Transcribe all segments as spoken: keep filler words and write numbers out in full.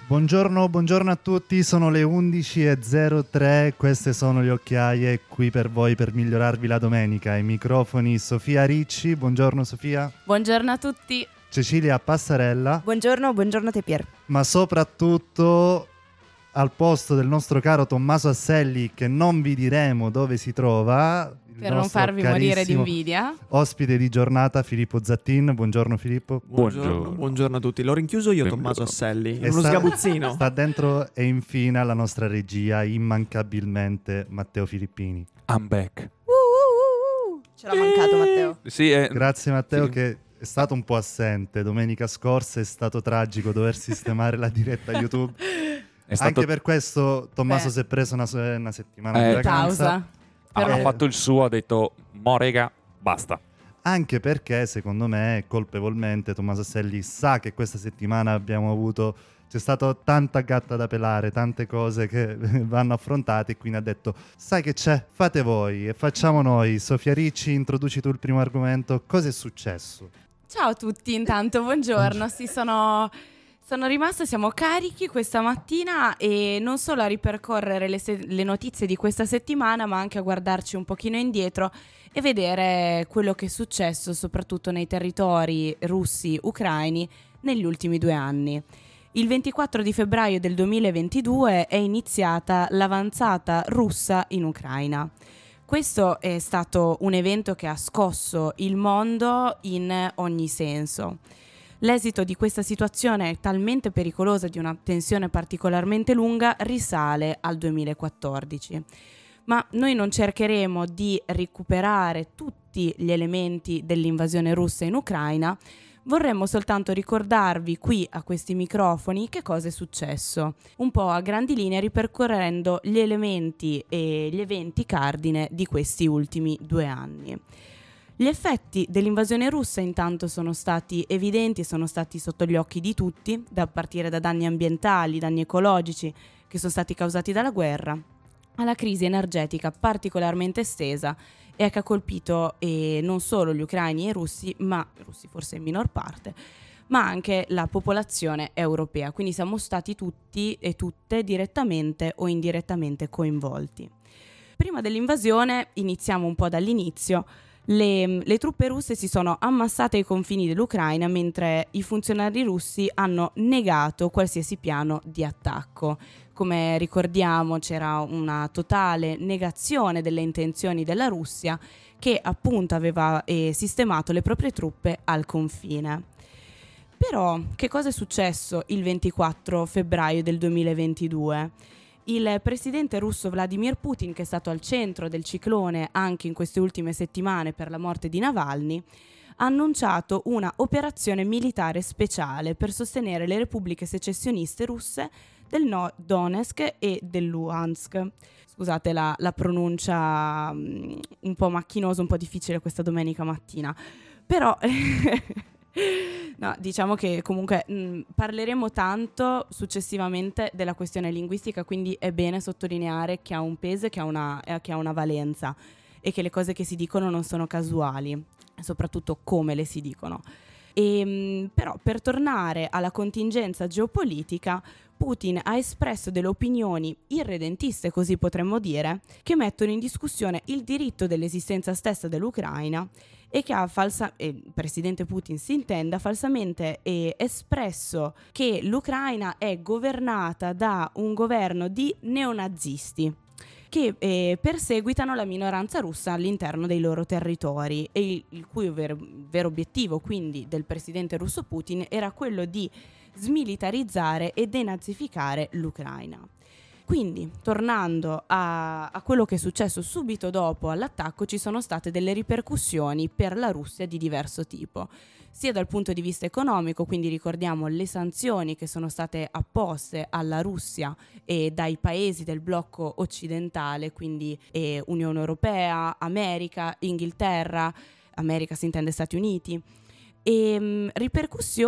Buongiorno, buongiorno a tutti, sono le undici e zero tre, queste sono le occhiaie qui per voi per migliorarvi la domenica. Ai microfoni Sofia Ricci, buongiorno Sofia. Buongiorno a tutti. Cecilia Passarella. Buongiorno, buongiorno a te Pier. Ma soprattutto al posto del nostro caro Tommaso Asselli, che non vi diremo dove si trova, per non farvi morire di invidia, ospite di giornata Filippo Zattin. Buongiorno Filippo. Buongiorno, buongiorno, buongiorno a tutti. L'ho rinchiuso io Benvenuto. Tommaso Asselli, in uno sta, sgabuzzino. Sta dentro e infine la nostra regia, immancabilmente Matteo Filippini. I'm back. Uh, uh, uh. Ce l'ha mancato Matteo. Sì, è... Grazie Matteo, sì. che è stato un po' assente. Domenica scorsa è stato tragico dover sistemare la diretta YouTube. È stato... Anche per questo Tommaso Beh. si è preso una, una settimana eh, di vacanza. Pausa. Ha Eh. fatto il suo, ha detto mo rega, basta. Anche perché secondo me colpevolmente Tommaso Asselli sa che questa settimana abbiamo avuto, c'è stata tanta gatta da pelare, tante cose che vanno affrontate, e quindi ha detto sai che c'è, fate voi e facciamo noi. Sofia Ricci, introduci tu il primo argomento. Cosa è successo? Ciao a tutti, intanto buongiorno. Sì, sono... Sono rimasta, siamo carichi questa mattina, e non solo a ripercorrere le, se- le notizie di questa settimana, ma anche a guardarci un pochino indietro e vedere quello che è successo soprattutto nei territori russi ucraini negli ultimi due anni. Il ventiquattro di febbraio del duemilaventidue è iniziata l'avanzata russa in Ucraina. Questo è stato un evento che ha scosso il mondo in ogni senso. L'esito di questa situazione talmente pericolosa, di una tensione particolarmente lunga, risale al duemilaquattordici. Ma noi non cercheremo di recuperare tutti gli elementi dell'invasione russa in Ucraina, vorremmo soltanto ricordarvi qui a questi microfoni che cosa è successo, un po' a grandi linee ripercorrendo gli elementi e gli eventi cardine di questi ultimi due anni. Gli effetti dell'invasione russa intanto sono stati evidenti, sono stati sotto gli occhi di tutti, da partire da danni ambientali, danni ecologici che sono stati causati dalla guerra, alla crisi energetica particolarmente estesa e che ha colpito eh, non solo gli ucraini e i russi, ma i russi forse in minor parte, ma anche la popolazione europea. Quindi siamo stati tutti e tutte direttamente o indirettamente coinvolti. Prima dell'invasione, iniziamo un po' dall'inizio. Le, le truppe russe si sono ammassate ai confini dell'Ucraina, mentre i funzionari russi hanno negato qualsiasi piano di attacco. Come ricordiamo, c'era una totale negazione delle intenzioni della Russia, che appunto aveva eh, sistemato le proprie truppe al confine. Però che cosa è successo il ventiquattro febbraio del duemilaventidue? Il presidente russo Vladimir Putin, che è stato al centro del ciclone anche in queste ultime settimane per la morte di Navalny, ha annunciato una operazione militare speciale per sostenere le repubbliche secessioniste russe del no- Donetsk e del Luhansk. Scusate la, la pronuncia um, un po' macchinosa, un po' difficile questa domenica mattina, però... No, diciamo che comunque mh, parleremo tanto successivamente della questione linguistica, quindi è bene sottolineare che ha un peso e che ha una, eh, che ha una valenza, e che le cose che si dicono non sono casuali, soprattutto come le si dicono. E, mh, però per tornare alla contingenza geopolitica, Putin ha espresso delle opinioni irredentiste, così potremmo dire, che mettono in discussione il diritto dell'esistenza stessa dell'Ucraina, e che ha falsa, eh, il presidente Putin si intenda, falsamente eh, espresso che l'Ucraina è governata da un governo di neonazisti che eh, perseguitano la minoranza russa all'interno dei loro territori, e il, il cui vero, vero obiettivo quindi del presidente russo Putin era quello di smilitarizzare e denazificare l'Ucraina. Quindi, tornando a, a quello che è successo subito dopo all'attacco, ci sono state delle ripercussioni per la Russia di diverso tipo, sia dal punto di vista economico, quindi ricordiamo le sanzioni che sono state apposte alla Russia e dai paesi del blocco occidentale, quindi eh, Unione Europea, America, Inghilterra, America si intende Stati Uniti, e mh, ripercussioni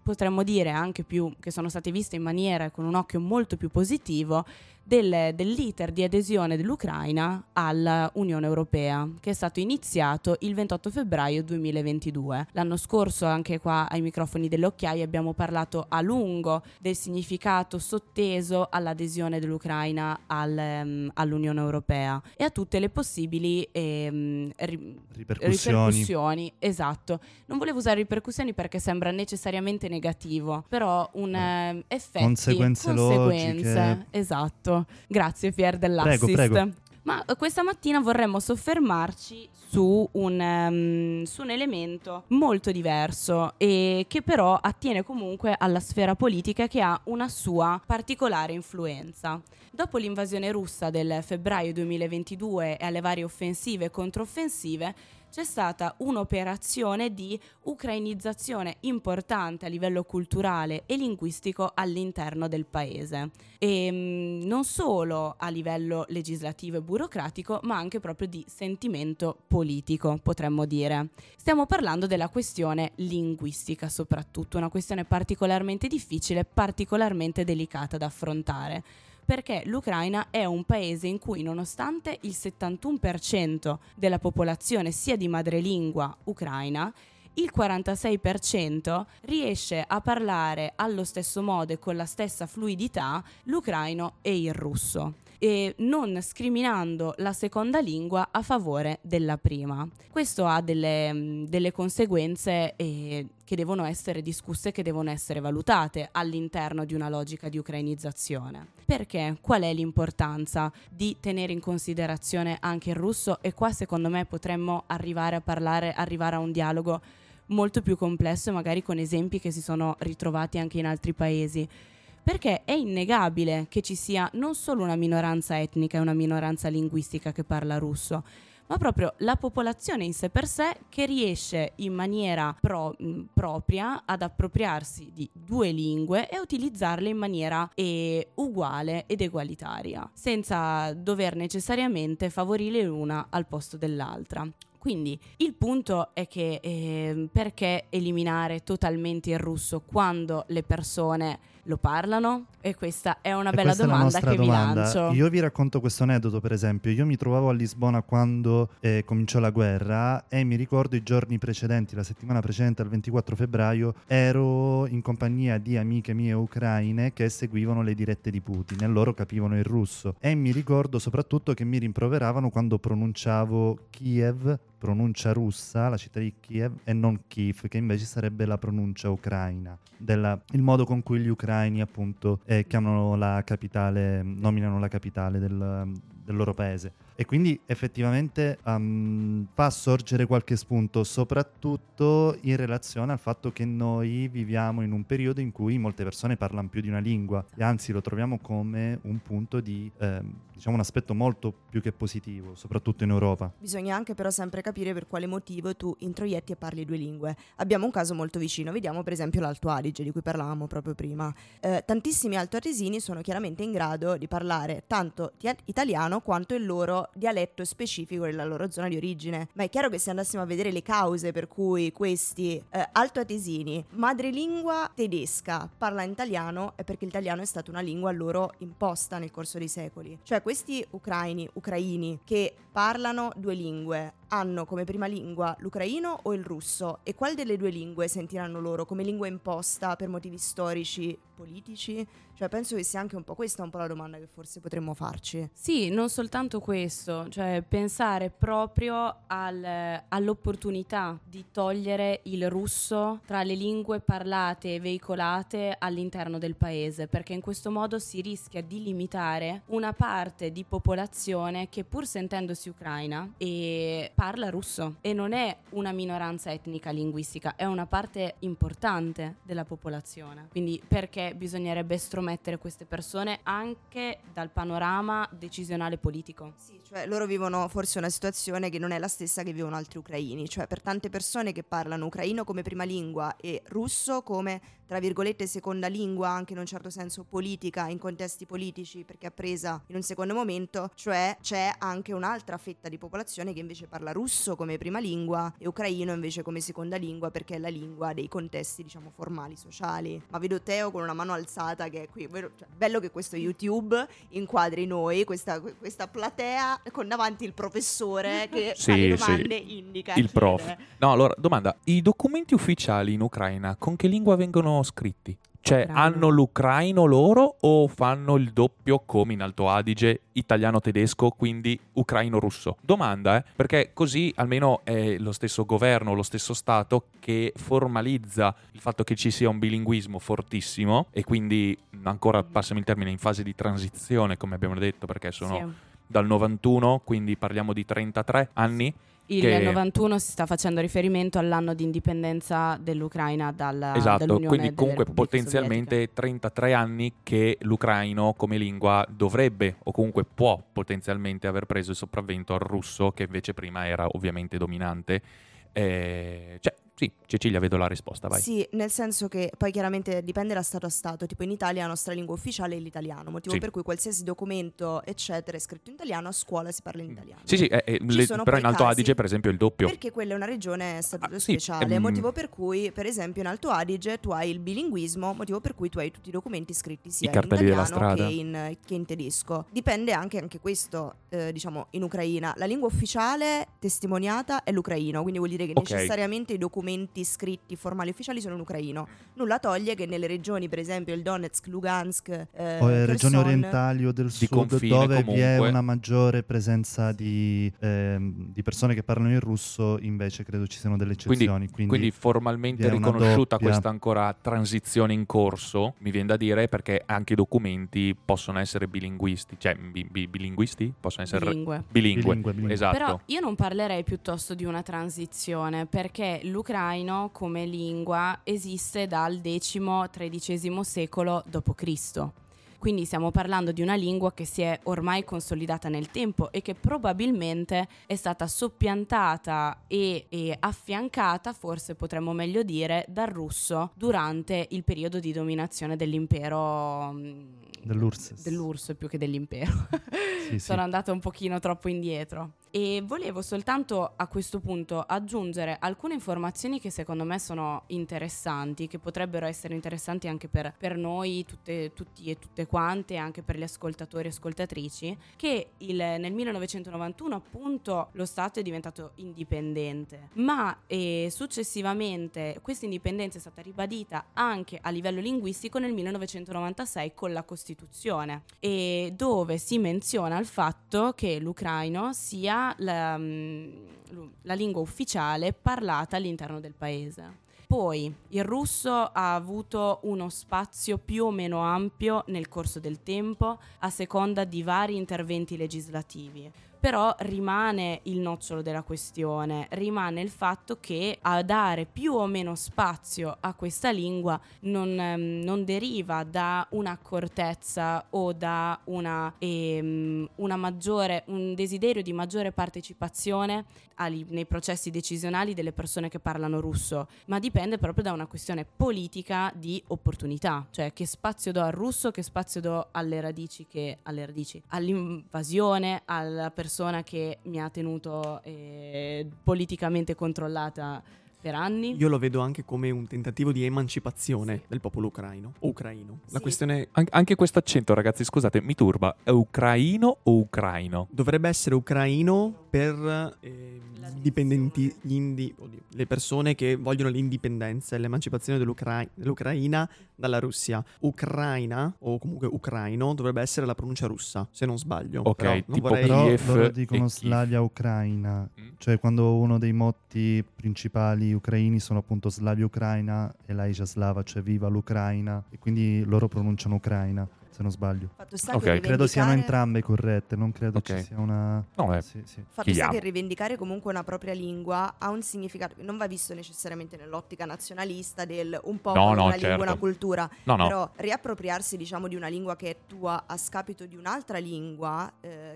potremmo dire anche più che sono state viste in maniera con un occhio molto più positivo del, dell'iter di adesione dell'Ucraina all'Unione Europea, che è stato iniziato il ventotto febbraio duemilaventidue. L'anno scorso anche qua ai microfoni delle occhiaie abbiamo parlato a lungo del significato sotteso all'adesione dell'Ucraina al, um, all'Unione Europea e a tutte le possibili ehm, ri- Ripercussioni. ripercussioni. Esatto. Non volevo usare ripercussioni perché sembra necessariamente negativo, però un eh, effetti, Conseguenze conseguenze, logiche. esatto. Grazie Pier dell'assist. Prego, prego. Ma questa mattina vorremmo soffermarci su un, um, su un elemento molto diverso e che però attiene comunque alla sfera politica, che ha una sua particolare influenza. Dopo l'invasione russa del febbraio duemilaventidue e alle varie offensive e controffensive, c'è stata un'operazione di ucrainizzazione importante a livello culturale e linguistico all'interno del paese. E mh, non solo a livello legislativo e burocratico, ma anche proprio di sentimento politico, potremmo dire. Stiamo parlando della questione linguistica, soprattutto, una questione particolarmente difficile, particolarmente delicata da affrontare, perché l'Ucraina è un paese in cui, nonostante il settantuno per cento della popolazione sia di madrelingua ucraina, il quarantasei per cento riesce a parlare allo stesso modo e con la stessa fluidità l'ucraino e il russo, e non scriminando la seconda lingua a favore della prima. Questo ha delle, delle conseguenze eh, che devono essere discusse, che devono essere valutate all'interno di una logica di ucrainizzazione. Perché? Qual è l'importanza di tenere in considerazione anche il russo? E qua secondo me potremmo arrivare a parlare, arrivare a un dialogo molto più complesso e magari con esempi che si sono ritrovati anche in altri paesi. Perché è innegabile che ci sia non solo una minoranza etnica e una minoranza linguistica che parla russo, ma proprio la popolazione in sé per sé che riesce in maniera pro, mh, propria ad appropriarsi di due lingue e a utilizzarle in maniera eh, uguale ed egualitaria, senza dover necessariamente favorire l'una al posto dell'altra. Quindi il punto è che eh, perché eliminare totalmente il russo quando le persone lo parlano? E questa è una E bella questa è la domanda nostra che domanda. vi lancio. Io vi racconto questo aneddoto, per esempio. Io mi trovavo a Lisbona quando eh, cominciò la guerra e mi ricordo i giorni precedenti, la settimana precedente al ventiquattro febbraio, ero in compagnia di amiche mie ucraine che seguivano le dirette di Putin e loro capivano il russo. E mi ricordo soprattutto che mi rimproveravano quando pronunciavo Kiev, pronuncia russa, la città di Kiev, e non Kiev, che invece sarebbe la pronuncia ucraina, della, il modo con cui gli ucraini appunto eh, chiamano la capitale, nominano la capitale del, del loro paese. E quindi effettivamente um, fa sorgere qualche spunto, soprattutto in relazione al fatto che noi viviamo in un periodo in cui molte persone parlano più di una lingua, e anzi lo troviamo come un punto di, eh, diciamo un aspetto molto più che positivo, soprattutto in Europa. Bisogna anche però sempre capire per quale motivo tu introietti e parli due lingue. Abbiamo un caso molto vicino, vediamo per esempio l'Alto Adige di cui parlavamo proprio prima. Eh, tantissimi altoatesini sono chiaramente in grado di parlare tanto ti- italiano quanto il loro dialetto specifico della loro zona di origine, ma è chiaro che se andassimo a vedere le cause per cui questi eh, altoatesini madrelingua tedesca parla in italiano è perché l'italiano è stata una lingua loro imposta nel corso dei secoli. Cioè questi ucraini, ucraini che parlano due lingue hanno come prima lingua l'ucraino o il russo, e qual delle due lingue sentiranno loro come lingua imposta per motivi storici, politici? Cioè penso che sia anche un po' questa un po' la domanda che forse potremmo farci. Sì, non soltanto questo, cioè pensare proprio al, all'opportunità di togliere il russo tra le lingue parlate e veicolate all'interno del paese, perché in questo modo si rischia di limitare una parte di popolazione che, pur sentendosi ucraina, e parla russo e non è una minoranza etnica linguistica, è una parte importante della popolazione. Quindi perché bisognerebbe estromettere queste persone anche dal panorama decisionale politico? Sì, cioè loro vivono forse una situazione che non è la stessa che vivono altri ucraini, cioè per tante persone che parlano ucraino come prima lingua e russo come tra virgolette seconda lingua, anche in un certo senso politica, in contesti politici, perché è presa in un secondo momento, cioè c'è anche un'altra fetta di popolazione che invece parla russo come prima lingua e ucraino invece come seconda lingua, perché è la lingua dei contesti, diciamo, formali, sociali. Ma vedo Teo con una mano alzata che è qui, cioè, bello che questo YouTube inquadri noi, questa, questa platea con davanti il professore che Sì, fa le sì, domande, indica, il chiede. prof. No, allora, domanda, i documenti ufficiali in Ucraina con che lingua vengono scritti? Cioè, Ucraino. hanno l'ucraino loro o fanno il doppio come in Alto Adige, italiano-tedesco, quindi ucraino-russo? Domanda, eh, perché così almeno è lo stesso governo, lo stesso Stato che formalizza il fatto che ci sia un bilinguismo fortissimo e quindi ancora, passami il termine, in fase di transizione, come abbiamo detto, perché sono Sì. dal novantuno, quindi parliamo di trentatré anni. Il che- novantuno si sta facendo riferimento all'anno di indipendenza dell'Ucraina dalla, Esatto, dall'Unione quindi delle comunque Repubbliche potenzialmente Sovietiche. trentatré anni che l'ucraino come lingua dovrebbe o comunque può potenzialmente aver preso il sopravvento al russo, che invece prima era ovviamente dominante. Eh, cioè, sì, Cecilia, vedo la risposta, vai. Sì, nel senso che poi chiaramente dipende da stato a stato, tipo in Italia la nostra lingua ufficiale è l'italiano, motivo Sì. per cui qualsiasi documento eccetera è scritto in italiano, a scuola si parla in italiano. Sì, sì, eh, eh, Ci le- sono però poi in Alto casi- Adige per esempio il doppio. Perché quella è una regione a statuto Ah, sì, speciale, ehm, motivo per cui, per esempio, in Alto Adige tu hai il bilinguismo, motivo per cui tu hai tutti i documenti scritti sia I in cartelli della italiano strada. che in, che in tedesco. Dipende anche, anche questo, eh, diciamo, in Ucraina. La lingua ufficiale testimoniata è l'ucraino, quindi vuol dire che Ok. necessariamente i documenti scritti formali ufficiali sono in ucraino. Nulla toglie che nelle regioni, per esempio il Donetsk, Lugansk, eh, O le regioni Kherson, orientali o del sud, confine, dove vi è comunque. una maggiore presenza di, ehm, di persone che parlano il russo, invece credo ci siano delle Quindi, eccezioni. Quindi, quindi formalmente vi è una riconosciuta doppia- questa ancora transizione in corso, mi viene da dire, perché anche i documenti possono essere bilinguisti, cioè bi- bi- bilinguisti? Possono essere Bilingue. bilingue. Bilingue, bilingue. Esatto. Però io non parlerei piuttosto di una transizione, perché l'ucraino come lingua esiste dal decimo-tredicesimo secolo dopo Cristo. Quindi stiamo parlando di una lingua che si è ormai consolidata nel tempo e che probabilmente è stata soppiantata e, e affiancata, forse potremmo meglio dire, dal russo durante il periodo di dominazione dell'impero mh, Dell'U R S S. dell'U R S S più che dell'impero. Sì, sì. Sono andata un pochino troppo indietro. E volevo soltanto a questo punto aggiungere alcune informazioni che secondo me sono interessanti, che potrebbero essere interessanti anche per, per noi tutte, tutti e tutte quante, anche per gli ascoltatori e ascoltatrici, che il, nel millenovecentonovantuno appunto lo Stato è diventato indipendente, ma eh, successivamente questa indipendenza è stata ribadita anche a livello linguistico nel millenovecentonovantasei con la Costituzione, e dove si menziona il fatto che l'ucraino sia la, la lingua ufficiale parlata all'interno del paese. Poi il russo ha avuto uno spazio più o meno ampio nel corso del tempo a seconda di vari interventi legislativi. Però rimane il nocciolo della questione, rimane il fatto che a dare più o meno spazio a questa lingua non, ehm, non deriva da un'accortezza o da una, ehm, una maggiore, un desiderio di maggiore partecipazione ali, nei processi decisionali delle persone che parlano russo, ma dipende proprio da una questione politica di opportunità, cioè che spazio do al russo, che spazio do alle radici, che, alle radici all'invasione, alla persona che mi ha tenuto eh, politicamente controllata per anni. Io lo vedo anche come un tentativo di emancipazione del popolo ucraino o ucraino. La Sì. questione An- anche questo accento, ragazzi, scusate, mi turba. È ucraino o ucraino? dovrebbe essere ucraino per eh, gli indipendenti, gli indi- oddio, le persone che vogliono l'indipendenza e l'emancipazione dell'Ucra- dell'Ucraina dalla Russia. Ucraina, o comunque ucraino, dovrebbe essere la pronuncia russa, se non sbaglio. Ok, Però non tipo vorrei... Però Kiev loro e dicono Kiev. Slavia ucraina, Mm. cioè quando uno dei motti principali ucraini sono appunto Slavia ucraina e Laisha Slava, cioè viva l'Ucraina, e quindi loro pronunciano ucraina, se non sbaglio. Fatto sta Ok. che Credo siano rivendicare- entrambe corrette, non credo Ok. ci sia una... No, eh. Sì, sì. Fatto sta Chiediamo. che rivendicare comunque una propria lingua ha un significato che non va visto necessariamente nell'ottica nazionalista del un popolo, No, no, una certo. lingua, una cultura, No, no. però riappropriarsi diciamo di una lingua che è tua a scapito di un'altra lingua eh, che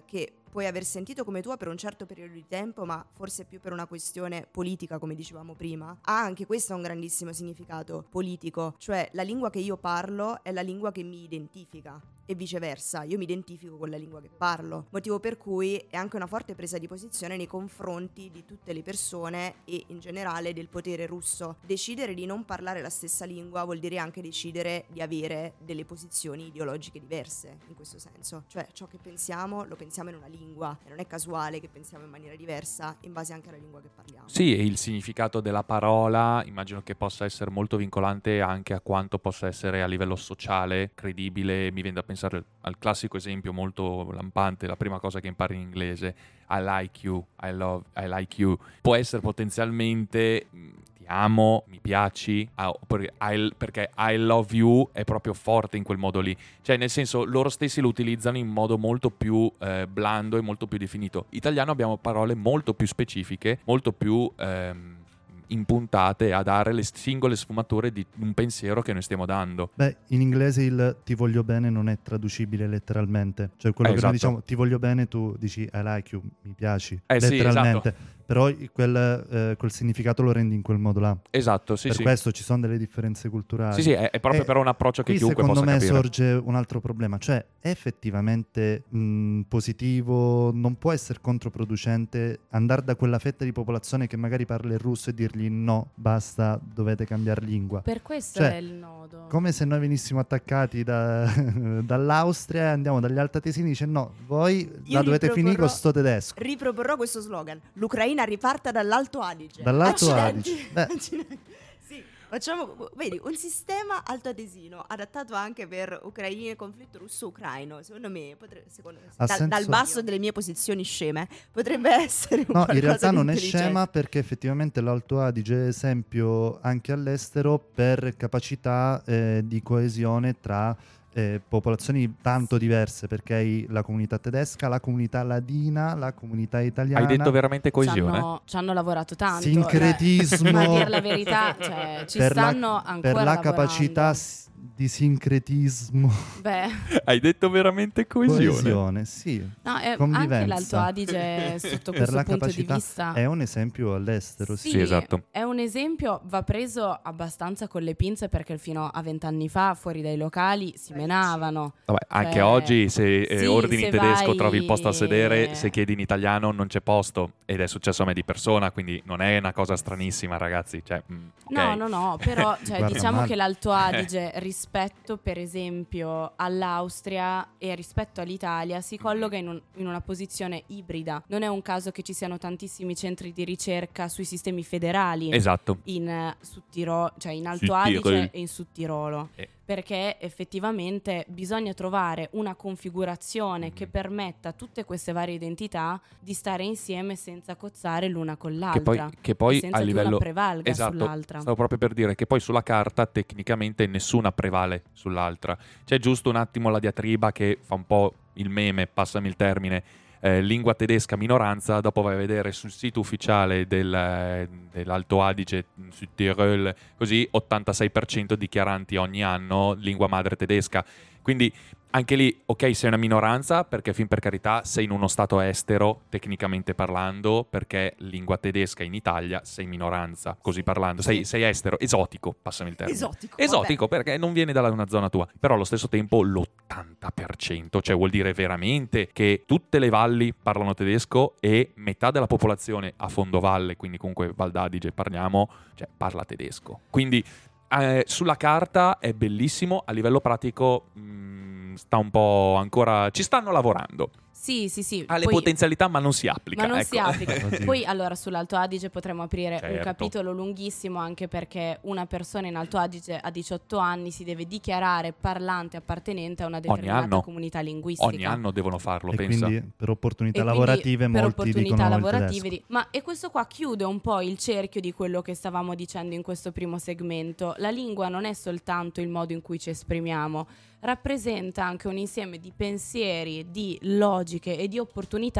puoi aver sentito come tua per un certo periodo di tempo, ma forse più per una questione politica, come dicevamo prima, ha anche questo un grandissimo significato politico, cioè la lingua che io parlo è la lingua che mi identifica e viceversa, io mi identifico con la lingua che parlo, motivo per cui è anche una forte presa di posizione nei confronti di tutte le persone e in generale del potere russo. Decidere di non parlare la stessa lingua vuol dire anche decidere di avere delle posizioni ideologiche diverse, in questo senso, cioè ciò che pensiamo lo pensiamo in una lingua e non è casuale che pensiamo in maniera diversa in base anche alla lingua che parliamo. Sì, e il significato della parola immagino che possa essere molto vincolante anche a quanto possa essere a livello sociale credibile. Mi viene da pensare al classico esempio molto lampante, la prima cosa che impari in inglese, I like you, I love, I like you, può essere potenzialmente ti amo, mi piaci, oppure I, perché I love you è proprio forte in quel modo lì, cioè nel senso loro stessi lo utilizzano in modo molto più eh, blando e molto più definito. Italiano abbiamo parole molto più specifiche, molto più ehm, impuntate a dare le singole sfumature di un pensiero che noi stiamo dando. Beh, in inglese il ti voglio bene non è traducibile letteralmente, cioè quello Eh, che esatto. noi diciamo ti voglio bene, tu dici I like you, mi piaci, Eh, sì, letteralmente, esatto. però quel, eh, quel significato lo rendi in quel modo là. Esatto, sì, per sì. questo ci sono delle differenze culturali. Sì, sì, è, è proprio E però un approccio che qui chiunque secondo possa me capire. sorge un altro problema, cioè è effettivamente mh, positivo, non può essere controproducente andare da quella fetta di popolazione che magari parla il russo e dirgli no, basta, dovete cambiare lingua. Per questo Cioè, è il nodo. Come se noi venissimo attaccati da, dall'Austria e andiamo dagli altatesini e dice no, voi Io la dovete finire con riproporrò- sto tedesco. Riproporrò questo slogan: l'Ucraina riparta dall'Alto Adige. Dall'Alto Accidenti. Adige. Beh. Accidenti. Sì, facciamo, vedi, un sistema altoatesino adattato anche per ucraini e conflitto russo-ucraino. Secondo me, potre- secondo, Ha dal, senso. dal basso delle mie posizioni sceme, potrebbe essere un No, in qualcosa realtà di non è intelligente. scema, perché effettivamente l'Alto Adige è esempio anche all'estero per capacità eh, di coesione tra eh, popolazioni tanto diverse, perché hai la comunità tedesca, la comunità ladina, la comunità italiana. Hai detto veramente Ci coesione? hanno, ci hanno lavorato tanto. Sincretismo. eh. Ma a dir la verità, cioè, ci per la- stanno ancora per la lavorando. capacità s- di sincretismo. Beh, Hai detto veramente coesione? Coesione, sì. no, è, anche Convivenza. l'Alto Adige sotto Per questo la punto di capacità vista è un esempio all'estero, sì. Sì, esatto. È un esempio, va preso abbastanza con le pinze, perché fino a vent'anni fa fuori dai locali si menavano. Vabbè, anche Cioè, oggi se eh, sì, ordini se in tedesco vai- trovi il posto a sedere, se chiedi in italiano non c'è posto, ed è successo a me di persona, quindi non è una cosa stranissima, ragazzi, cioè, mm, ok. No, no, no, però cioè, Guarda diciamo male. che l'Alto Adige rispetto per esempio all'Austria e rispetto all'Italia si colloca in, un- in una posizione ibrida. Non è un caso che ci siano tantissimi centri di ricerca sui sistemi federali Esatto. in, eh, Sud Tiro- cioè in Alto Sud Tirol. Adige e in Sud Tirolo. Eh. Perché effettivamente bisogna trovare una configurazione Mm. che permetta a tutte queste varie identità di stare insieme senza cozzare l'una con l'altra. Che poi, che poi e senza a che livello una prevalga esatto, sull'altra. stavo proprio per dire che poi sulla carta tecnicamente nessuna prevale sull'altra. C'è giusto un attimo la diatriba che fa un po' il meme, passami il termine, eh, lingua tedesca minoranza. Dopo vai a vedere sul sito ufficiale del, eh, dell'Alto Adige, su Tirol, così ottantasei per cento dichiaranti ogni anno lingua madre tedesca. Quindi anche lì, ok, sei una minoranza perché, fin per carità, sei in uno stato estero, tecnicamente parlando, perché lingua tedesca in Italia sei minoranza, così parlando. Sei, sei estero, esotico, passami il termine. Esotico. Esotico perché non viene dalla una zona tua, però allo stesso tempo l'ottanta per cento, cioè vuol dire veramente che tutte le valli parlano tedesco e metà della popolazione a fondovalle, quindi comunque Val d'Adige parliamo, cioè parla tedesco. Quindi eh, sulla carta è bellissimo, a livello pratico mh, sta un po' ancora, ci stanno lavorando. Sì, sì, sì. Ha le Poi- potenzialità ma non si applica. Ma non ecco. si applica. Oddio. Poi allora sull'Alto Adige potremmo aprire un Certo. capitolo lunghissimo, anche perché una persona in Alto Adige a diciotto anni si deve dichiarare parlante appartenente a una determinata anno. comunità linguistica. Ogni anno devono farlo, E pensa. quindi per opportunità E quindi lavorative per molti opportunità dicono il lavorative tedesco. di- ma e questo qua chiude un po' il cerchio di quello che stavamo dicendo in questo primo segmento. La lingua non è soltanto il modo in cui ci esprimiamo, rappresenta anche un insieme di pensieri, di logiche e di opportunità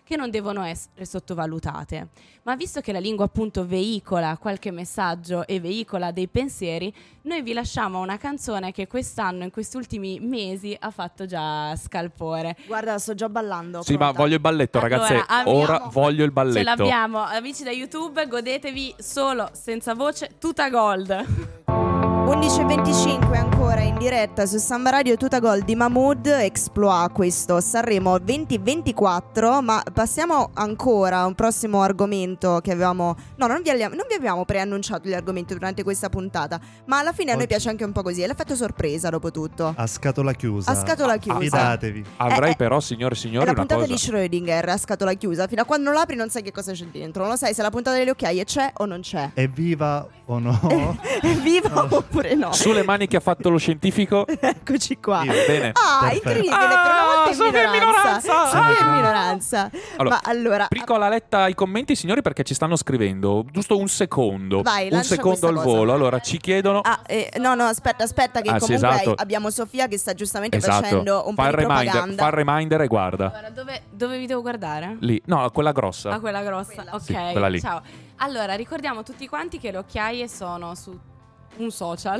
che non devono essere sottovalutate. Ma visto che la lingua appunto veicola qualche messaggio e veicola dei pensieri, noi vi lasciamo una canzone che quest'anno, in questi ultimi mesi, ha fatto già scalpore. Guarda, sto già ballando. Sì, pronta. ma voglio il balletto, Allora, ragazze. abbiamo- Ora voglio il balletto. Ce l'abbiamo, amici da YouTube, godetevi solo, senza voce, Tuta Gold. undici e venticinque ancora in diretta su Samba Radio Tuta Gold di Mahmood Exploit, questo Sanremo venti ventiquattro. Ma passiamo ancora a un prossimo argomento che avevamo. No, non vi, abbiamo, non vi abbiamo preannunciato gli argomenti durante questa puntata, ma alla fine a noi Oggi- piace anche un po' così, è l'effetto sorpresa dopo tutto. A scatola chiusa. A scatola chiusa. Fidatevi. Avrei Eh, eh, però, signore e È signori, la una puntata cosa. di Schrödinger a scatola chiusa. Fino a quando non l'apri non sai che cosa c'è dentro. Non lo sai se la puntata delle occhiaie c'è o non c'è. È viva o no? È viva oppure no? Sulle mani che ha fatto lo scientifico. Eccoci qua. Viva. Bene. Ah, Perfetto. incredibile, per una Ah, volta in sono in minoranza. minoranza. Sono in Ah. minoranza. Allora, Ma allora, Prico la letta i commenti, signori, perché ci stanno scrivendo. Giusto un secondo. Vai, un lancia secondo questa al cosa. volo. Allora, ci chiedono. ah, eh, no, no, aspetta, aspetta, che Ah, sì, comunque esatto. abbiamo Sofia che sta giustamente Esatto. facendo un fa po' il di reminder, propaganda. fa il reminder e guarda. Allora, dove, dove vi devo guardare? Lì. No, quella grossa. A quella grossa, Quella. ok. Sì, quella lì. Ciao. Allora, ricordiamo tutti quanti che le occhiaie sono su un social.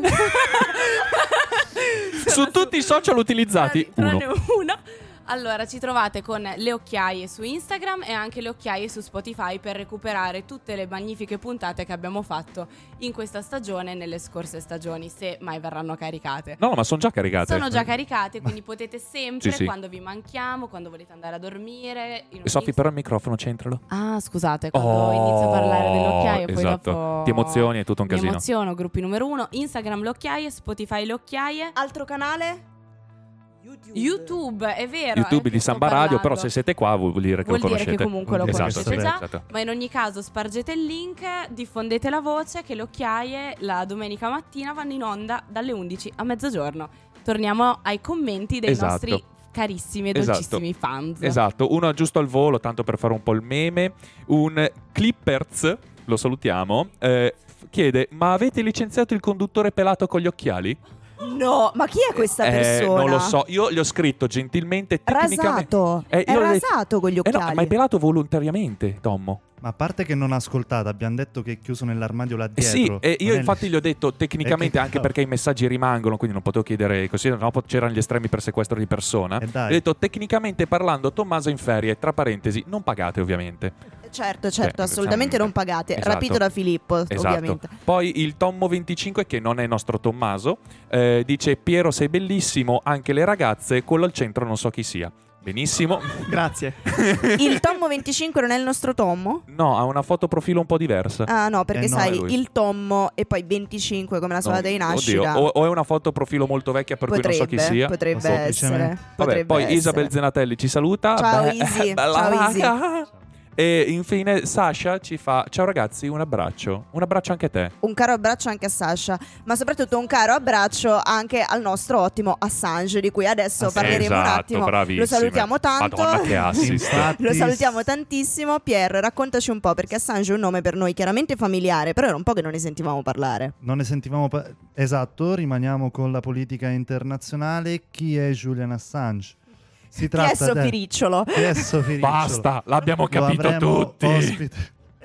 Su tutti i social utilizzati, Tranne uno. uno. Allora, ci trovate con le occhiaie su Instagram e anche le occhiaie su Spotify per recuperare tutte le magnifiche puntate che abbiamo fatto in questa stagione e nelle scorse stagioni, se mai verranno caricate. No, no, ma sono già caricate. Sono già caricate, quindi potete sempre, Sì, sì. quando vi manchiamo, quando volete andare a dormire. in un Sofì, Insta- però il microfono centralo. Ah, scusate, quando Oh, inizio a parlare delle occhiaie, poi esatto. dopo Ti emozioni, è tutto un mi casino. emoziono. Gruppi numero uno, Instagram le occhiaie, Spotify le occhiaie, Altro canale? YouTube. YouTube, è vero. YouTube eh, di sto Samba Radio, parlando. però se siete qua vuol dire che Vuol lo dire conoscete. che comunque lo Esatto, conoscete già, esatto. ma in ogni caso spargete il link, diffondete la voce che le occhiaie la domenica mattina vanno in onda dalle undici a mezzogiorno. Torniamo ai commenti dei Esatto. nostri carissimi e Esatto. dolcissimi fans. Esatto, uno giusto al volo, tanto per fare un po' il meme. Un Clippers, lo salutiamo, eh, f- chiede: ma avete licenziato il conduttore pelato con gli occhiali? No, ma chi è questa Eh, persona? non lo so, io gli ho scritto gentilmente, tecnicamente. Rasato. Eh, è io le- rasato con gli Eh no, occhiali. ma è pelato volontariamente, Tommo. Ma a parte che non ha ascoltato, abbiamo detto che è chiuso nell'armadio là Eh sì, dietro. e io Non è- infatti gli ho detto tecnicamente, Eh, che anche cavolo. perché i messaggi rimangono, quindi non potevo chiedere così, no, po- c'erano gli estremi per sequestro di persona. Eh, dai. Ho detto tecnicamente parlando, Tommaso in ferie, tra parentesi, non pagate ovviamente. Certo, certo, Cioè, assolutamente diciamo- non pagate. Esatto. Rapito da Filippo, Esatto. ovviamente. Poi il Tommo venticinque, che non è nostro Tommaso, eh, dice: Piero sei bellissimo, anche le ragazze, quello al centro non so chi sia. Benissimo. Grazie. Il Tommo venticinque non è il nostro Tommo? No, ha una foto profilo un po' diversa. Ah no, perché Eh, no, è sai, lui. il Tommo e poi venticinque come la sua No, data di oddio, nascita. o, o è una foto profilo molto vecchia per potrebbe, cui non so chi sia. potrebbe O semplicemente- essere. Vabbè, potrebbe poi essere. Isabel Zenatelli ci saluta. Ciao, Beh, Isi. bella Ciao, Isi. raga. E infine Sasha ci fa: ciao ragazzi, un abbraccio. Un abbraccio anche a te. Un caro abbraccio anche a Sasha, ma soprattutto un caro abbraccio anche al nostro ottimo Assange, di cui adesso Assange. parleremo un Esatto, attimo. bravissime. Lo salutiamo tanto. Madonna, che assist. Infatti, Lo salutiamo tantissimo. Pier, raccontaci un po', perché Assange è un nome per noi chiaramente familiare, però era un po' che non ne sentivamo parlare. Non ne sentivamo pa- esatto, rimaniamo con la politica internazionale. Chi è Julian Assange? Si Chi è tratta Sofì de- Ricciolo? Chi è Sofì Ricciolo? Basta, l'abbiamo Lo capito avremo tutti. ospite.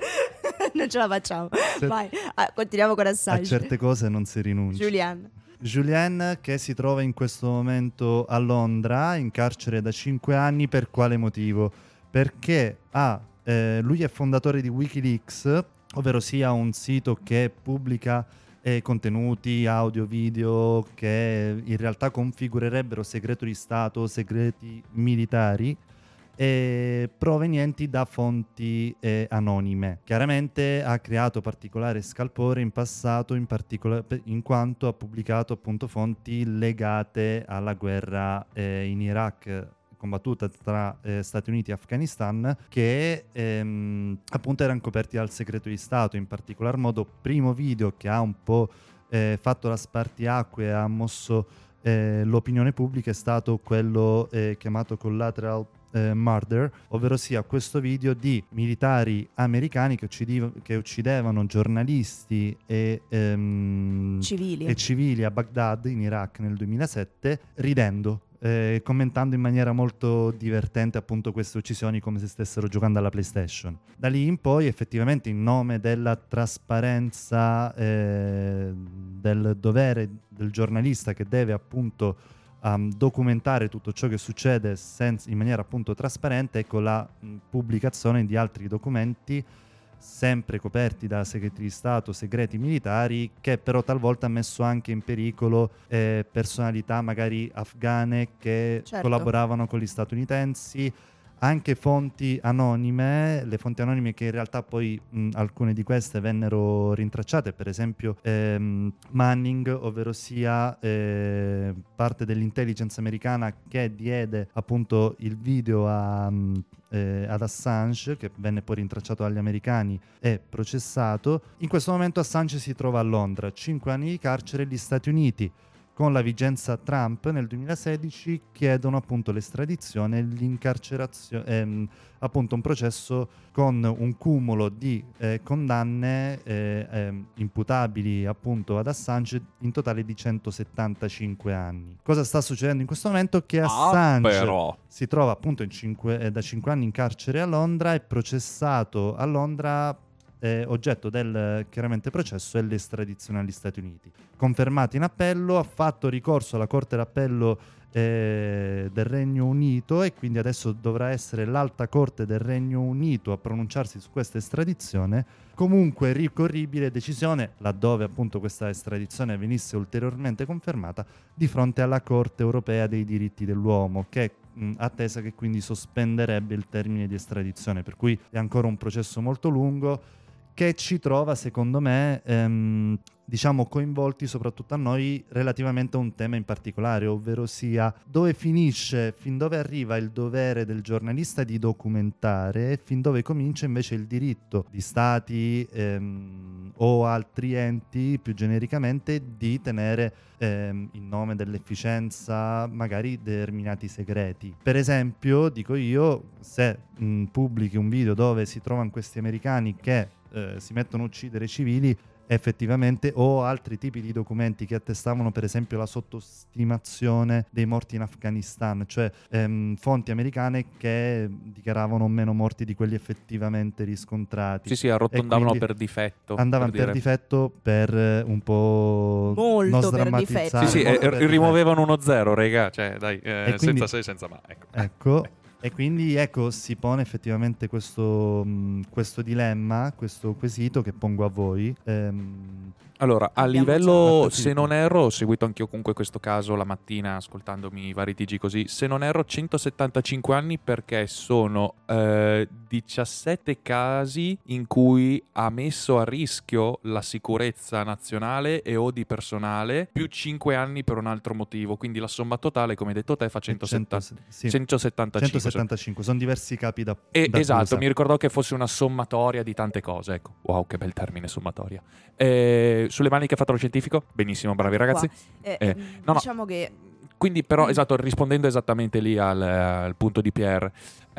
Non ce la facciamo. Se- Vai, ah, continuiamo con A Assange. certe cose non si rinuncia. Julian. Julien, che si trova in questo momento a Londra in carcere da cinque anni. Per quale motivo? Perché ha, eh, lui è fondatore di Wikileaks, ovvero sia un sito che pubblica eh, contenuti audio, video che in realtà configurerebbero segreto di Stato, segreti militari, eh, provenienti da fonti eh, anonime. Chiaramente ha creato particolare scalpore in passato, in, particola- in quanto ha pubblicato appunto fonti legate alla guerra eh, in Iraq combattuta tra eh, Stati Uniti e Afghanistan, che ehm, appunto erano coperti dal segreto di Stato. In particolar modo, primo video che ha un po' eh, fatto la spartiacque e ha mosso eh, l'opinione pubblica è stato quello eh, chiamato Collateral eh, Murder, ovvero sia questo video di militari americani che, uccidiv- che uccidevano giornalisti e, ehm, Civili. e civili a Baghdad in Iraq nel duemilasette ridendo. eh, commentando in maniera molto divertente appunto queste uccisioni come se stessero giocando alla PlayStation. Da lì in poi effettivamente in nome della trasparenza, eh, del dovere del giornalista che deve appunto um, documentare tutto ciò che succede senza, in maniera appunto trasparente, ecco la mh, pubblicazione di altri documenti sempre coperti da segreti di Stato, segreti militari, che però talvolta ha messo anche in pericolo eh, personalità magari afghane che Certo. collaboravano con gli statunitensi, anche fonti anonime, le fonti anonime che in realtà poi mh, alcune di queste vennero rintracciate, per esempio ehm, Manning, ovvero sia eh, parte dell'intelligence americana che diede appunto il video a, mh, eh, ad Assange, che venne poi rintracciato dagli americani e processato. In questo momento Assange si trova a Londra, cinque anni di carcere. Gli Stati Uniti, con la vigenza Trump nel duemilasedici, chiedono appunto l'estradizione e l'incarcerazione, ehm, appunto un processo con un cumulo di eh, condanne eh, ehm, imputabili appunto ad Assange, in totale di centosettantacinque anni. Cosa sta succedendo in questo momento? Che Assange Ah, però. si trova appunto in cinque, eh, da cinque anni in carcere a Londra, è processato a Londra. Eh, oggetto del eh, chiaramente processo è l'estradizione agli Stati Uniti. Confermato in appello, ha fatto ricorso alla Corte d'Appello eh, del Regno Unito, e quindi adesso dovrà essere l'Alta Corte del Regno Unito a pronunciarsi su questa estradizione. Comunque ricorribile decisione, laddove appunto questa estradizione venisse ulteriormente confermata, di fronte alla Corte Europea dei Diritti dell'Uomo, che è mh, attesa che quindi sospenderebbe il termine di estradizione, per cui è ancora un processo molto lungo, che ci trova, secondo me, ehm, diciamo coinvolti soprattutto a noi relativamente a un tema in particolare, ovvero sia dove finisce, fin dove arriva il dovere del giornalista di documentare e fin dove comincia invece il diritto di stati ehm, o altri enti più genericamente di tenere ehm, in nome dell'efficienza magari determinati segreti. Per esempio, dico io, se mh, pubblichi un video dove si trovano questi americani che Eh, si mettono a uccidere civili, effettivamente, o altri tipi di documenti che attestavano per esempio la sottostimazione dei morti in Afghanistan, cioè ehm, fonti americane che dichiaravano meno morti di quelli effettivamente riscontrati. Sì, sì, arrotondavano quindi per difetto. andavano per, dire. difetto per eh, un po' Molto non per sdrammatizzare. difetto. Sì, sì, molto eh, per rimuovevano uno zero, raga, cioè dai, eh, E quindi- senza se, senza ma. Ecco. Ecco, e quindi ecco si pone effettivamente questo, mh, questo dilemma, questo quesito che pongo a voi. Ehm, Allora, a Abbiamo livello, già- se non erro, ho seguito anch'io comunque questo caso la mattina ascoltandomi i vari T G così, se non erro centosettantacinque anni, perché sono eh, diciassette casi in cui ha messo a rischio la sicurezza nazionale e o di personale, più cinque anni per un altro motivo, quindi la somma totale, come hai detto te, fa centosettanta sì, centosettantacinque. centosettantacinque, sono diversi capi da, E- da esatto, accusa. mi ricordavo che fosse una sommatoria di tante cose. Ecco, wow, che bel termine, sommatoria. Eh, sulle maniche fatto lo scientifico? Benissimo, bravi Ecco ragazzi. qua. Eh, Eh, mm, no, no. diciamo che Quindi, però, Mm. esatto, rispondendo esattamente lì al, al punto di Pierre,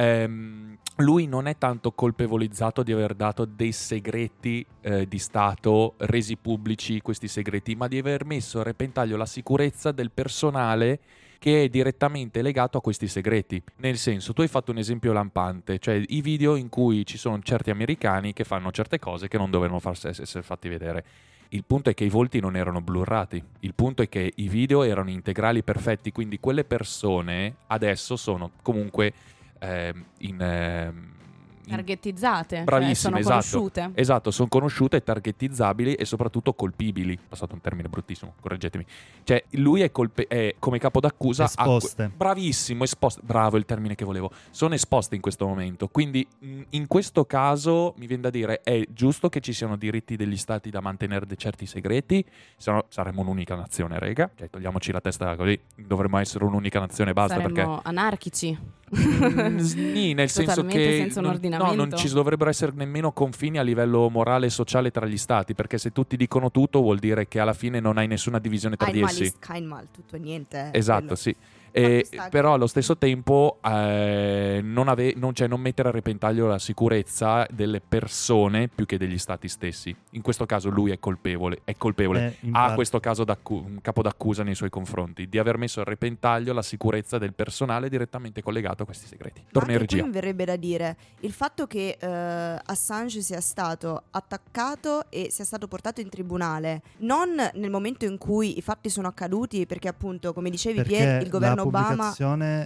ehm, lui non è tanto colpevolizzato di aver dato dei segreti eh, di Stato resi pubblici, questi segreti, ma di aver messo a repentaglio la sicurezza del personale che è direttamente legato a questi segreti. Nel senso, tu hai fatto un esempio lampante, cioè i video in cui ci sono certi americani che fanno certe cose che non dovevano farsi essere fatti vedere. Il punto è che i volti non erano blurrati, il punto è che i video erano integrali, perfetti, quindi quelle persone adesso sono comunque ehm, in... ehm, in- Targetizzate, cioè Bravissime, sono esatto. conosciute. Esatto, sono conosciute, targetizzabili e soprattutto colpibili. Passato un termine bruttissimo, correggetemi. Cioè, lui è, colpe- è come capo d'accusa. a que- Esposte. bravissimo, esposte. Bravo, il termine che volevo. Sono esposte in questo momento. Quindi, mh, in questo caso, mi viene da dire, è giusto che ci siano diritti degli stati da mantenere dei certi segreti. Se no, saremmo un'unica nazione, rega. Cioè, togliamoci la testa così. Dovremmo essere un'unica nazione e basta. Saremmo Perché anarchici. Mm, sni, nel senso Totalmente che senza un non, ordinamento. no, non ci dovrebbero essere nemmeno confini a livello morale e sociale tra gli stati, perché se tutti dicono tutto vuol dire che alla fine non hai nessuna divisione tra di Einmal essi. ist kein Mal, tutto e niente. eh, Esatto, quello. sì. E, sta che- però allo stesso tempo eh, non, ave- non, cioè, non mettere a repentaglio la sicurezza delle persone più che degli stati stessi. In questo caso lui è colpevole, è colpevole. Eh, in ha parte- questo caso d'accu- un capo d'accusa nei suoi confronti di aver messo a repentaglio la sicurezza del personale direttamente collegato a questi segreti. Ma Torna in anche qui regia. mi verrebbe da dire il fatto che eh, Assange sia stato attaccato e sia stato portato in tribunale non nel momento in cui i fatti sono accaduti, perché appunto come dicevi Perché Pier, il governo la Obama pubblicazione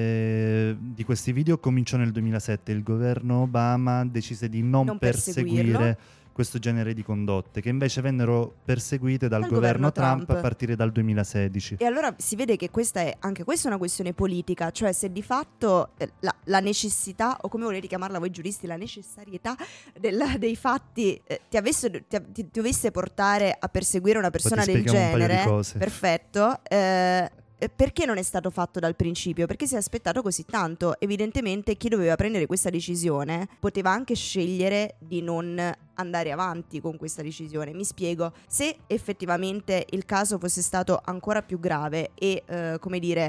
eh, di questi video cominciò nel duemilasette. Il governo Obama decise di non, Non perseguirlo. perseguire questo genere di condotte, che invece vennero perseguite dal, Dal governo, governo Trump, Trump. a partire dal duemilasedici. E allora si vede che questa è anche questa è una questione politica, cioè se di fatto eh, la, la necessità, o come volete chiamarla voi giuristi, la necessarietà del- dei fatti eh, ti, avesse, ti, ti dovesse portare a perseguire una persona ti del spieghiamo un paio di genere, cose. perfetto, eh, eh, perché non è stato fatto dal principio? Perché si è aspettato così tanto? Evidentemente chi doveva prendere questa decisione poteva anche scegliere di non andare avanti con questa decisione. Mi spiego, se effettivamente il caso fosse stato ancora più grave e eh, come dire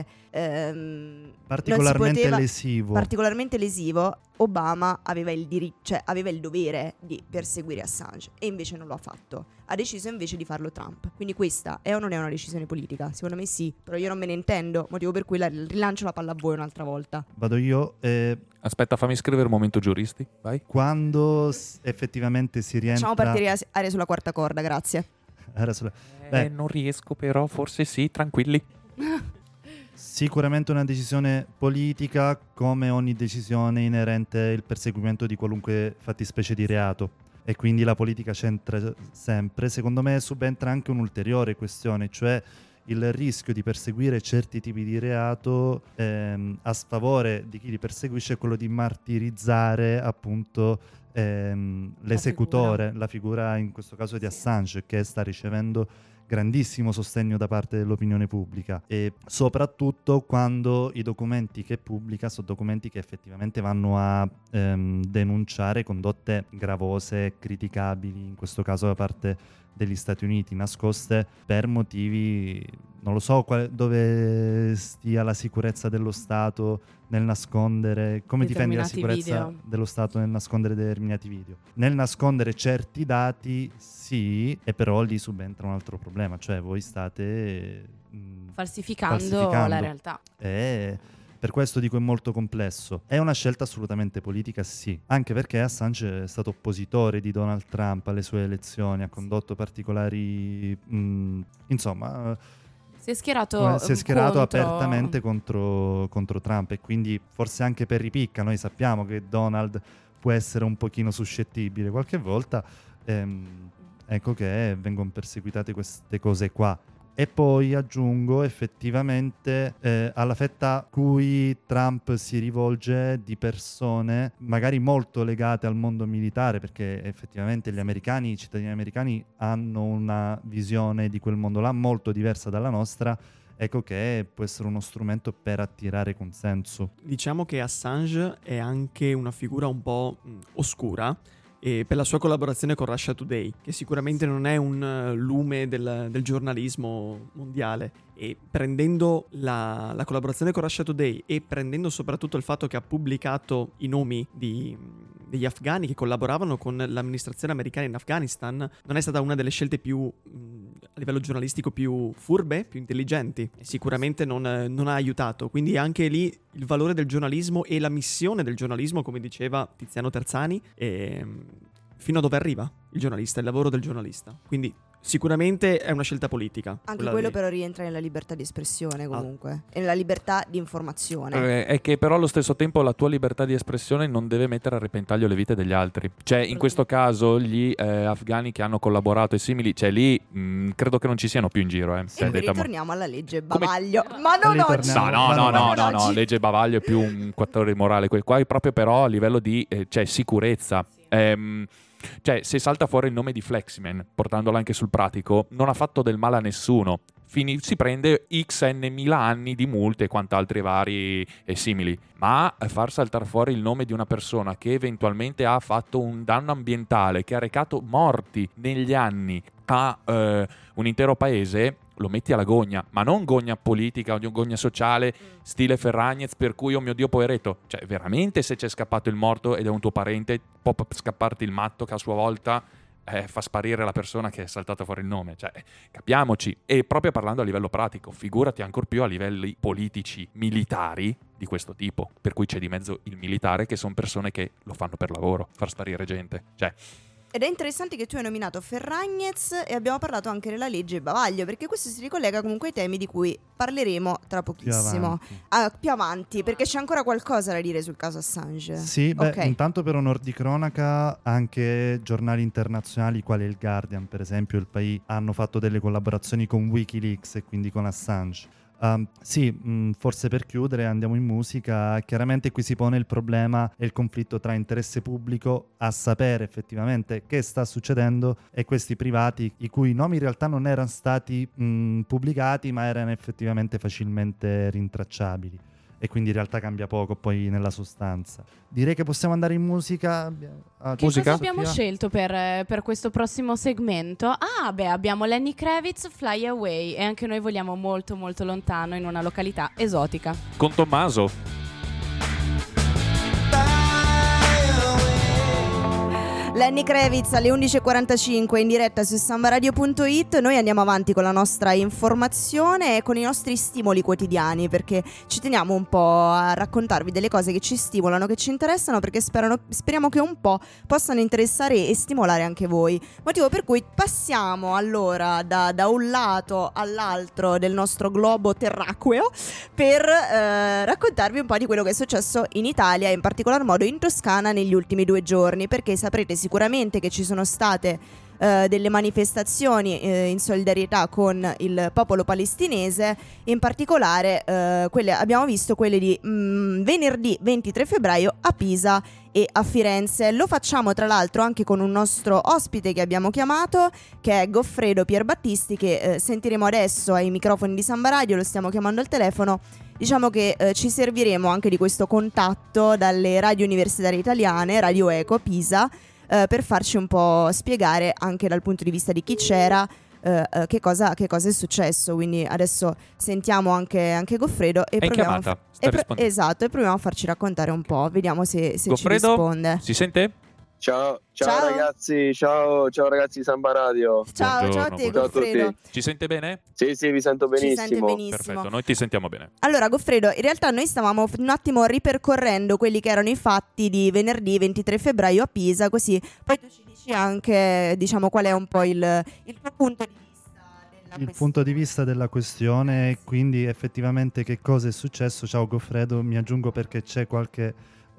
ehm, Particolarmente non si poteva- lesivo. particolarmente lesivo, Obama aveva il diritto, cioè aveva il dovere di perseguire Assange e invece non lo ha fatto. Ha deciso invece di farlo Trump. Quindi questa è o non è una decisione politica? Secondo me sì, però io non me ne intendo, motivo per cui la, rilancio la palla a voi un'altra volta. Vado io. eh, Aspetta, fammi scrivere un momento giuristi. Vai. quando s- effettivamente si rientra... Facciamo partire As- Aria sulla quarta corda, grazie. Era sulla- Eh, Beh. non riesco, però forse sì, tranquilli. Sicuramente una decisione politica, come ogni decisione inerente al perseguimento di qualunque fattispecie di reato. E quindi la politica c'entra sempre. Secondo me subentra anche un'ulteriore questione, cioè il rischio di perseguire certi tipi di reato ehm, a sfavore di chi li perseguisce è quello di martirizzare appunto ehm, l'esecutore, la figura in questo caso di Assange, che sta ricevendo grandissimo sostegno da parte dell'opinione pubblica, e soprattutto quando i documenti che pubblica sono documenti che effettivamente vanno a ehm, denunciare condotte gravose, criticabili, in questo caso da parte degli Stati Uniti, nascoste per motivi, non lo so qual- dove stia la sicurezza dello Stato nel nascondere, come difendi la Determinati sicurezza video. dello Stato nel nascondere determinati video. Nel nascondere certi dati sì, e però lì subentra un altro problema, cioè voi state mh, Falsificando, falsificando. la realtà. E per questo dico è molto complesso. È una scelta assolutamente politica, sì, anche perché Assange è stato oppositore di Donald Trump alle sue elezioni, ha condotto particolari mh, insomma Si è schierato, come- si è schierato contro- apertamente contro, contro Trump, e quindi forse anche per ripicca. Noi sappiamo che Donald può essere un pochino suscettibile qualche volta, ehm, ecco che vengono perseguitate queste cose qua. E poi aggiungo effettivamente eh, alla fetta a cui Trump si rivolge di persone magari molto legate al mondo militare, perché effettivamente gli americani, i cittadini americani hanno una visione di quel mondo là molto diversa dalla nostra. Ecco che può essere uno strumento per attirare consenso. Diciamo che Assange è anche una figura un po' mh, oscura e per la sua collaborazione con Russia Today, che sicuramente non è un eh, lume del, del giornalismo mondiale, e prendendo la, la collaborazione con Russia Today e prendendo soprattutto il fatto che ha pubblicato i nomi di, degli afghani che collaboravano con l'amministrazione americana in Afghanistan, non è stata una delle scelte più mh, a livello giornalistico più furbe, più intelligenti, e sicuramente non, eh, non ha aiutato. Quindi anche lì il valore del giornalismo e la missione del giornalismo, come diceva Tiziano Terzani, ehm, fino a dove arriva il giornalista, il lavoro del giornalista. Quindi sicuramente è una scelta politica. Anche quella quello di- però rientra nella libertà di espressione comunque e nella libertà di informazione. Eh, è che però allo stesso tempo la tua libertà di espressione non deve mettere a repentaglio le vite degli altri. Cioè in questo caso gli eh, afghani che hanno collaborato e simili, cioè lì mh, credo che non ci siano più in giro. Eh. E Cioè, qui detta- ritorniamo alla legge Come- Bavaglio. Ma non Ritorniamo- oggi! No, no, Ma no, no, no, non no, no, oggi. legge Bavaglio è più un quattro morale. que- Qua è proprio però a livello di eh, cioè, sicurezza. Ehm, cioè, se salta fuori il nome di Fleximan, portandolo anche sul pratico, non ha fatto del male a nessuno. Fini- si prende x n mila anni di multe e quant'altri vari e simili. Ma far saltare fuori il nome di una persona che eventualmente ha fatto un danno ambientale, che ha recato morti negli anni a eh, un intero paese, lo metti alla gogna, ma non gogna politica o gogna sociale stile Ferragnez per cui oh mio Dio poveretto, cioè veramente se c'è scappato il morto ed è un tuo parente può scapparti il matto che a sua volta eh, fa sparire la persona che è saltata fuori il nome, cioè capiamoci. E proprio parlando a livello pratico, figurati ancor più a livelli politici, militari di questo tipo, per cui c'è di mezzo il militare che sono persone che lo fanno per lavoro, far sparire gente, cioè. Ed è interessante che tu hai nominato Ferragnez e abbiamo parlato anche della legge Bavaglio, perché questo si ricollega comunque ai temi di cui parleremo tra pochissimo, più avanti, ah, più avanti perché c'è ancora qualcosa da dire sul caso Assange. Sì, beh, Ok. intanto per onor di cronaca anche giornali internazionali quali il Guardian, per esempio, il País, hanno fatto delle collaborazioni con Wikileaks e quindi con Assange. Um, sì, mh, forse per chiudere andiamo in musica. Chiaramente qui si pone il problema e il conflitto tra interesse pubblico a sapere effettivamente che sta succedendo e questi privati i cui nomi in realtà non erano stati mh, pubblicati ma erano effettivamente facilmente rintracciabili, e quindi in realtà cambia poco poi nella sostanza. Direi che possiamo andare in musica. Ah, Che Musica? cosa abbiamo Sofia? scelto per, per questo prossimo segmento? Ah, beh, abbiamo Lenny Kravitz, Fly Away, e anche noi vogliamo molto molto lontano in una località esotica. Con Tommaso. Lenny Kravitz alle undici e quarantacinque in diretta su sambaradio punto it. Noi andiamo avanti con la nostra informazione e con i nostri stimoli quotidiani, perché ci teniamo un po' a raccontarvi delle cose che ci stimolano, che ci interessano, perché sperano, speriamo che un po' possano interessare e stimolare anche voi. Motivo per cui passiamo allora da, da un lato all'altro del nostro globo terracqueo per eh, raccontarvi un po' di quello che è successo in Italia e in particolar modo in Toscana negli ultimi due giorni, perché saprete sicuramente che ci sono state eh, delle manifestazioni eh, in solidarietà con il popolo palestinese, in particolare eh, quelle, abbiamo visto quelle di mh, venerdì ventitré febbraio a Pisa e a Firenze. Lo facciamo tra l'altro anche con un nostro ospite che abbiamo chiamato, che è Goffredo Pierbattisti, che eh, sentiremo adesso ai microfoni di Samba Radio, lo stiamo chiamando al telefono. Diciamo che eh, ci serviremo anche di questo contatto dalle radio universitarie italiane, Radio Eco, Pisa, eh, per farci un po' spiegare anche dal punto di vista di chi c'era eh, eh, che, cosa, che cosa è successo. Quindi adesso sentiamo anche, anche Goffredo e È in proviamo chiamata, a, sta e pro- rispondendo. esatto, e proviamo a farci raccontare un po', vediamo se, se ci Goffredo? risponde. Si sente? Ciao, ciao, Ciao. ragazzi, ciao, ciao ragazzi di Samba Radio. Ciao, Buongiorno, ciao a te buongiorno. Goffredo. Ciao a tutti. Ci sente bene? Sì, sì, vi sento Ci benissimo. sente benissimo. Perfetto, noi ti sentiamo bene. Allora Goffredo, in realtà noi stavamo un attimo ripercorrendo quelli che erano i fatti di venerdì ventitré febbraio a Pisa, così poi tu ci dici anche, diciamo, qual è un po' il, il tuo punto di vista della Il questione. punto di vista della questione e quindi effettivamente che cosa è successo. Ciao Goffredo, mi aggiungo perché c'è qualche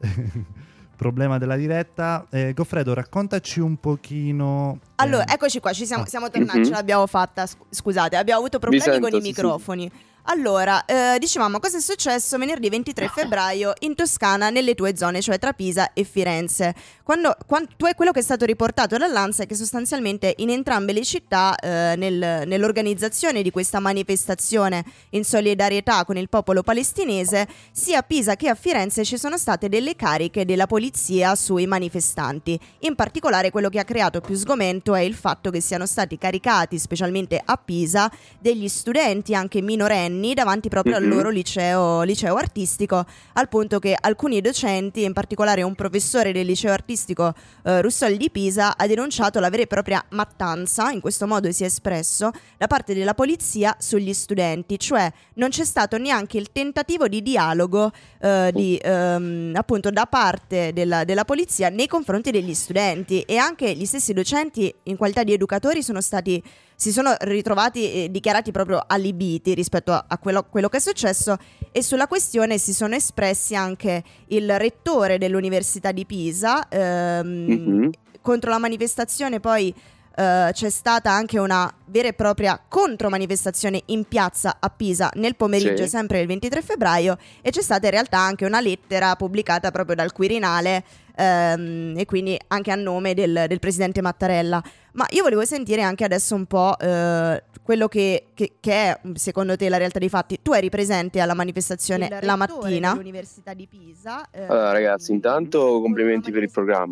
problema della diretta. eh, Goffredo, raccontaci un pochino. Allora, eh, eccoci qua, ci siamo, Ah. siamo tornati, Mhm. ce l'abbiamo fatta, sc- scusate, abbiamo avuto problemi sento, con i sì, sì. microfoni. Allora, eh, dicevamo cosa è successo venerdì ventitré febbraio in Toscana, nelle tue zone, cioè tra Pisa e Firenze. Quando, quan- tu è quello che è stato riportato dall'ANSA, è che sostanzialmente in entrambe le città, eh, nel- nell'organizzazione di questa manifestazione in solidarietà con il popolo palestinese, sia a Pisa che a Firenze ci sono state delle cariche della polizia sui manifestanti. In particolare quello che ha creato più sgomento è il fatto che siano stati caricati, specialmente a Pisa, degli studenti anche minorenni davanti proprio al Mhm. loro liceo, liceo artistico, al punto che alcuni docenti, in particolare un professore del liceo artistico eh, Russell di Pisa, ha denunciato la vera e propria mattanza, in questo modo si è espresso, da parte della polizia sugli studenti, cioè non c'è stato neanche il tentativo di dialogo eh, di, ehm, appunto da parte della, della polizia nei confronti degli studenti, e anche gli stessi docenti in qualità di educatori sono stati si sono ritrovati e dichiarati proprio allibiti rispetto a, a quello, quello che è successo, e sulla questione si sono espressi anche il rettore dell'Università di Pisa. ehm, Mhm. Contro la manifestazione poi eh, c'è stata anche una vera e propria contromanifestazione in piazza a Pisa nel pomeriggio, Sì. sempre il ventitré febbraio, e c'è stata in realtà anche una lettera pubblicata proprio dal Quirinale, ehm, e quindi anche a nome del, del presidente Mattarella. Ma io volevo sentire anche adesso un po' eh, quello che, che- che è secondo te la realtà dei fatti. Tu eri presente alla manifestazione la mattina? Allora ragazzi, intanto complimenti per il programma.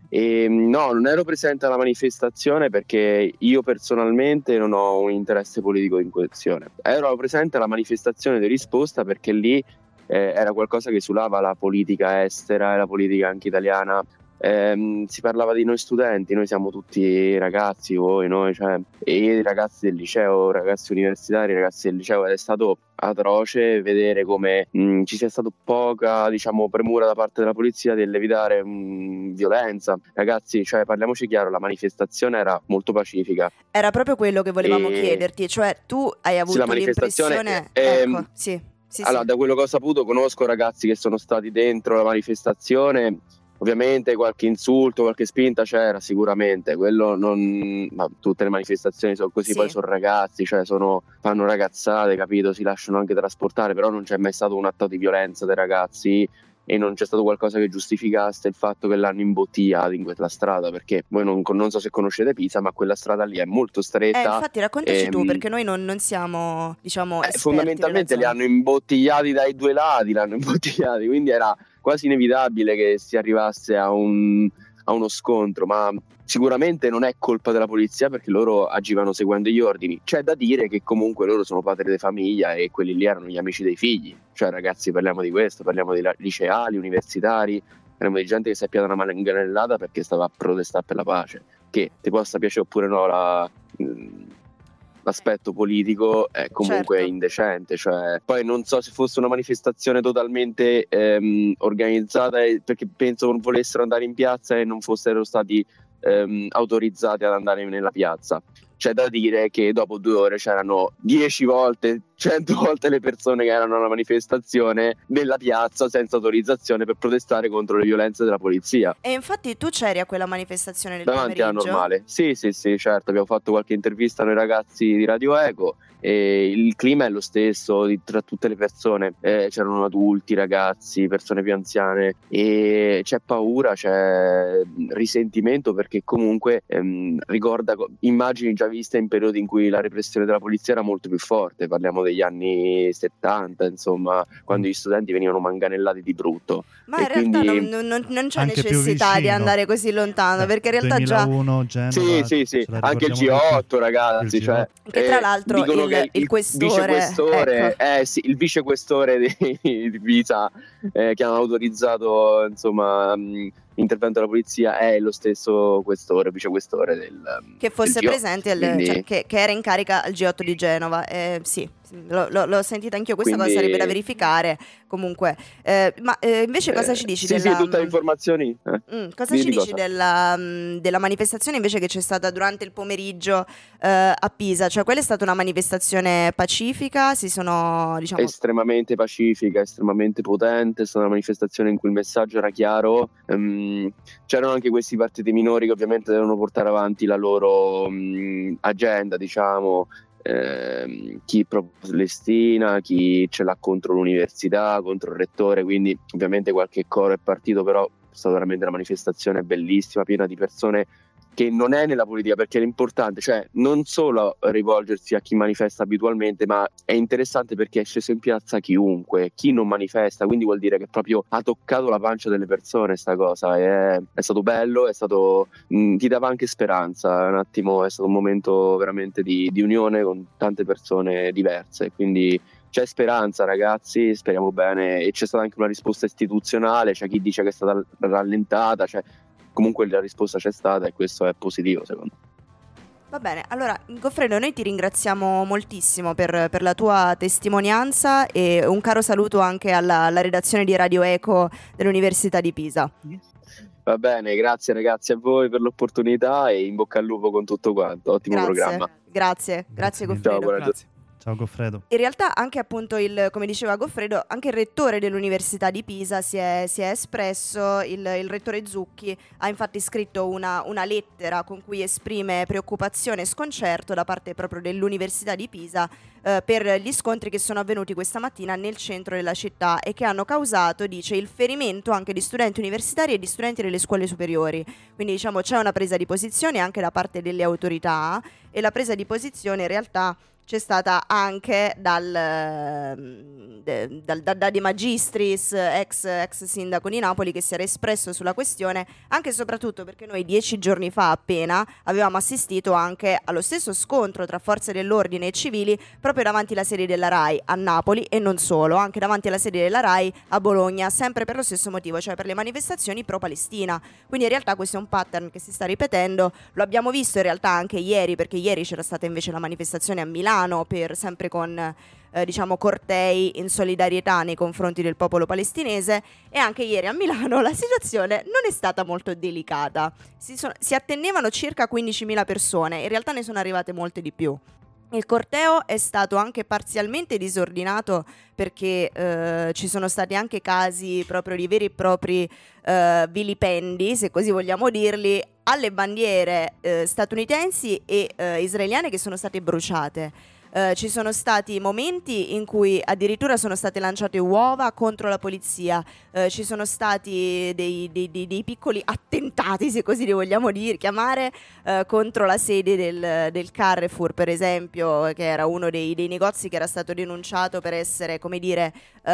E no, non ero presente alla manifestazione perché io personalmente non ho un interesse politico in questione. Ero presente alla manifestazione di risposta perché lì eh, era qualcosa che esulava la politica estera e la politica anche italiana. Eh, si parlava di noi studenti, noi siamo tutti ragazzi, voi, noi, cioè, e ragazzi del liceo, ragazzi universitari, ragazzi del liceo, ed è stato atroce vedere come mh, ci sia stata poca, diciamo, premura da parte della polizia dell'evitare mh, violenza. Ragazzi, cioè, parliamoci chiaro, la manifestazione era molto pacifica. Era proprio quello che volevamo E- chiederti, cioè tu hai avuto Sì, la manifestazione, l'impressione... ehm, ecco, sì, sì, Allora, sì. da quello che ho saputo, conosco ragazzi che sono stati dentro la manifestazione. Ovviamente qualche insulto, qualche spinta c'era sicuramente, quello non... ma tutte le manifestazioni sono così, Sì. poi sono ragazzi, cioè sono... fanno ragazzate, capito? Si lasciano anche trasportare, però non c'è mai stato un atto di violenza dei ragazzi e non c'è stato qualcosa che giustificasse il fatto che l'hanno imbottigliato in quella strada, perché voi non, non so se conoscete Pisa, ma quella strada lì è molto Eh, stretta. infatti raccontaci tu, ehm, perché noi non, non siamo, diciamo, eh, esperti fondamentalmente li nella hanno imbottigliati dai due lati, l'hanno imbottigliati, quindi era quasi inevitabile che si arrivasse a, un, a uno scontro, ma sicuramente non è colpa della polizia perché loro agivano seguendo gli ordini. C'è da dire che comunque loro sono padri di famiglia e quelli lì erano gli amici dei figli, cioè ragazzi, parliamo di questo, parliamo di la- liceali, universitari, parliamo di gente che si è piata una manganellata perché stava a protestare per la pace, che ti possa piacere oppure no la... l'aspetto politico è comunque Certo. indecente, cioè poi non so se fosse una manifestazione totalmente ehm, organizzata, eh, perché penso non volessero andare in piazza e non fossero stati ehm, autorizzati ad andare nella piazza. C'è da dire che dopo due ore c'erano dieci volte, cento volte le persone che erano alla manifestazione nella piazza senza autorizzazione per protestare contro le violenze della polizia. E infatti tu c'eri a quella manifestazione del Davanti alla pomeriggio? normale. Sì, sì, sì, certo, abbiamo fatto qualche intervista noi ragazzi di Radio Eco e il clima è lo stesso di- tra tutte le persone. Eh, c'erano adulti, ragazzi, persone più anziane e c'è paura, c'è risentimento perché comunque ehm, ricorda co- immagini già viste in periodi in cui la repressione della polizia era molto più forte. Parliamo degli anni settanta, insomma, quando gli studenti venivano manganellati di brutto. Ma E in realtà quindi- non, non- non c'è Anche più necessità di vicino. andare così lontano, Eh, perché in realtà già... duemilauno, Genova, Sì, sì, sì, ce la anche il G ricordiamo otto, tutti. ragazzi, Il G cioè, otto. Che tra eh, l'altro dicono il- che il questore, vicequestore, ecco. eh, sì, il vicequestore di, di Pisa eh, che hanno autorizzato, insomma, mh, l'intervento della polizia è lo stesso questore, vicequestore del Che fosse del G otto, presente, al- quindi- cioè, che, che era in carica al G otto di Genova. Eh, sì, lo- lo- l'ho sentita anch'io, questa Quindi- cosa sarebbe da verificare. Comunque, Eh, ma eh, invece cosa eh, ci dici sì, della... sì, tutte le mh, informazioni. eh. Mm, cosa Di- ci di dici cosa? della, mh, della manifestazione invece che c'è stata durante il pomeriggio eh, a Pisa? Cioè, quella è stata una manifestazione pacifica? Si sono, diciamo... Estremamente pacifica, estremamente potente, è stata una manifestazione in cui il messaggio era chiaro. Ehm, c'erano anche questi partiti minori che ovviamente devono portare avanti la loro mh, agenda, diciamo, ehm, chi pro-Palestina, chi ce l'ha contro l'università, contro il rettore, quindi ovviamente qualche coro è partito, però è stata veramente una manifestazione bellissima, piena di persone che non è nella politica, perché l'importante, cioè non solo rivolgersi a chi manifesta abitualmente, ma è interessante perché è sceso in piazza chiunque, chi non manifesta, quindi vuol dire che proprio ha toccato la pancia delle persone sta cosa, e è, è stato bello, è stato, mh, ti dava anche speranza, un attimo, è stato un momento veramente di, di unione con tante persone diverse, quindi c'è speranza ragazzi, speriamo bene, e c'è stata anche una risposta istituzionale, c'è chi dice che è stata rallentata, cioè comunque la risposta c'è stata e questo è positivo secondo me. Va bene, allora Goffredo, noi ti ringraziamo moltissimo per, per la tua testimonianza e un caro saluto anche alla, alla redazione di Radio Eco dell'Università di Pisa. Va bene, grazie ragazzi a voi per l'opportunità e in bocca al lupo con tutto quanto, ottimo Grazie, programma. grazie, grazie mille. Goffredo. Ciao, buona Grazie. Ciao Goffredo. In realtà anche appunto il, come diceva Goffredo, anche il rettore dell'Università di Pisa si è, si è espresso, il, il rettore Zucchi ha infatti scritto una, una lettera con cui esprime preoccupazione e sconcerto da parte proprio dell'Università di Pisa eh, per gli scontri che sono avvenuti questa mattina nel centro della città e che hanno causato, dice, il ferimento anche di studenti universitari e di studenti delle scuole superiori. Quindi diciamo c'è una presa di posizione anche da parte delle autorità e la presa di posizione in realtà c'è stata anche dal, de, da, da, da De Magistris, ex, ex sindaco di Napoli, che si era espresso sulla questione, anche e soprattutto perché noi dieci giorni fa appena avevamo assistito anche allo stesso scontro tra forze dell'ordine e civili proprio davanti alla sede della RAI a Napoli, e non solo, anche davanti alla sede della RAI a Bologna, sempre per lo stesso motivo, cioè per le manifestazioni pro-Palestina. Quindi in realtà questo è un pattern che si sta ripetendo, lo abbiamo visto in realtà anche ieri, perché ieri c'era stata invece la manifestazione a Milano, per sempre con eh, diciamo cortei in solidarietà nei confronti del popolo palestinese, e anche ieri a Milano la situazione non è stata molto delicata, si, sono, si attendevano circa quindicimila persone, in realtà ne sono arrivate molte di più. Il corteo è stato anche parzialmente disordinato perché eh, ci sono stati anche casi proprio di veri e propri eh, vilipendi, se così vogliamo dirli, alle bandiere eh, statunitensi e eh, israeliane che sono state bruciate. Uh, ci sono stati momenti in cui addirittura sono state lanciate uova contro la polizia, uh, ci sono stati dei, dei, dei, dei piccoli attentati, se così li vogliamo dire, chiamare, uh, contro la sede del, del Carrefour, per esempio, che era uno dei, dei negozi che era stato denunciato per essere, come dire,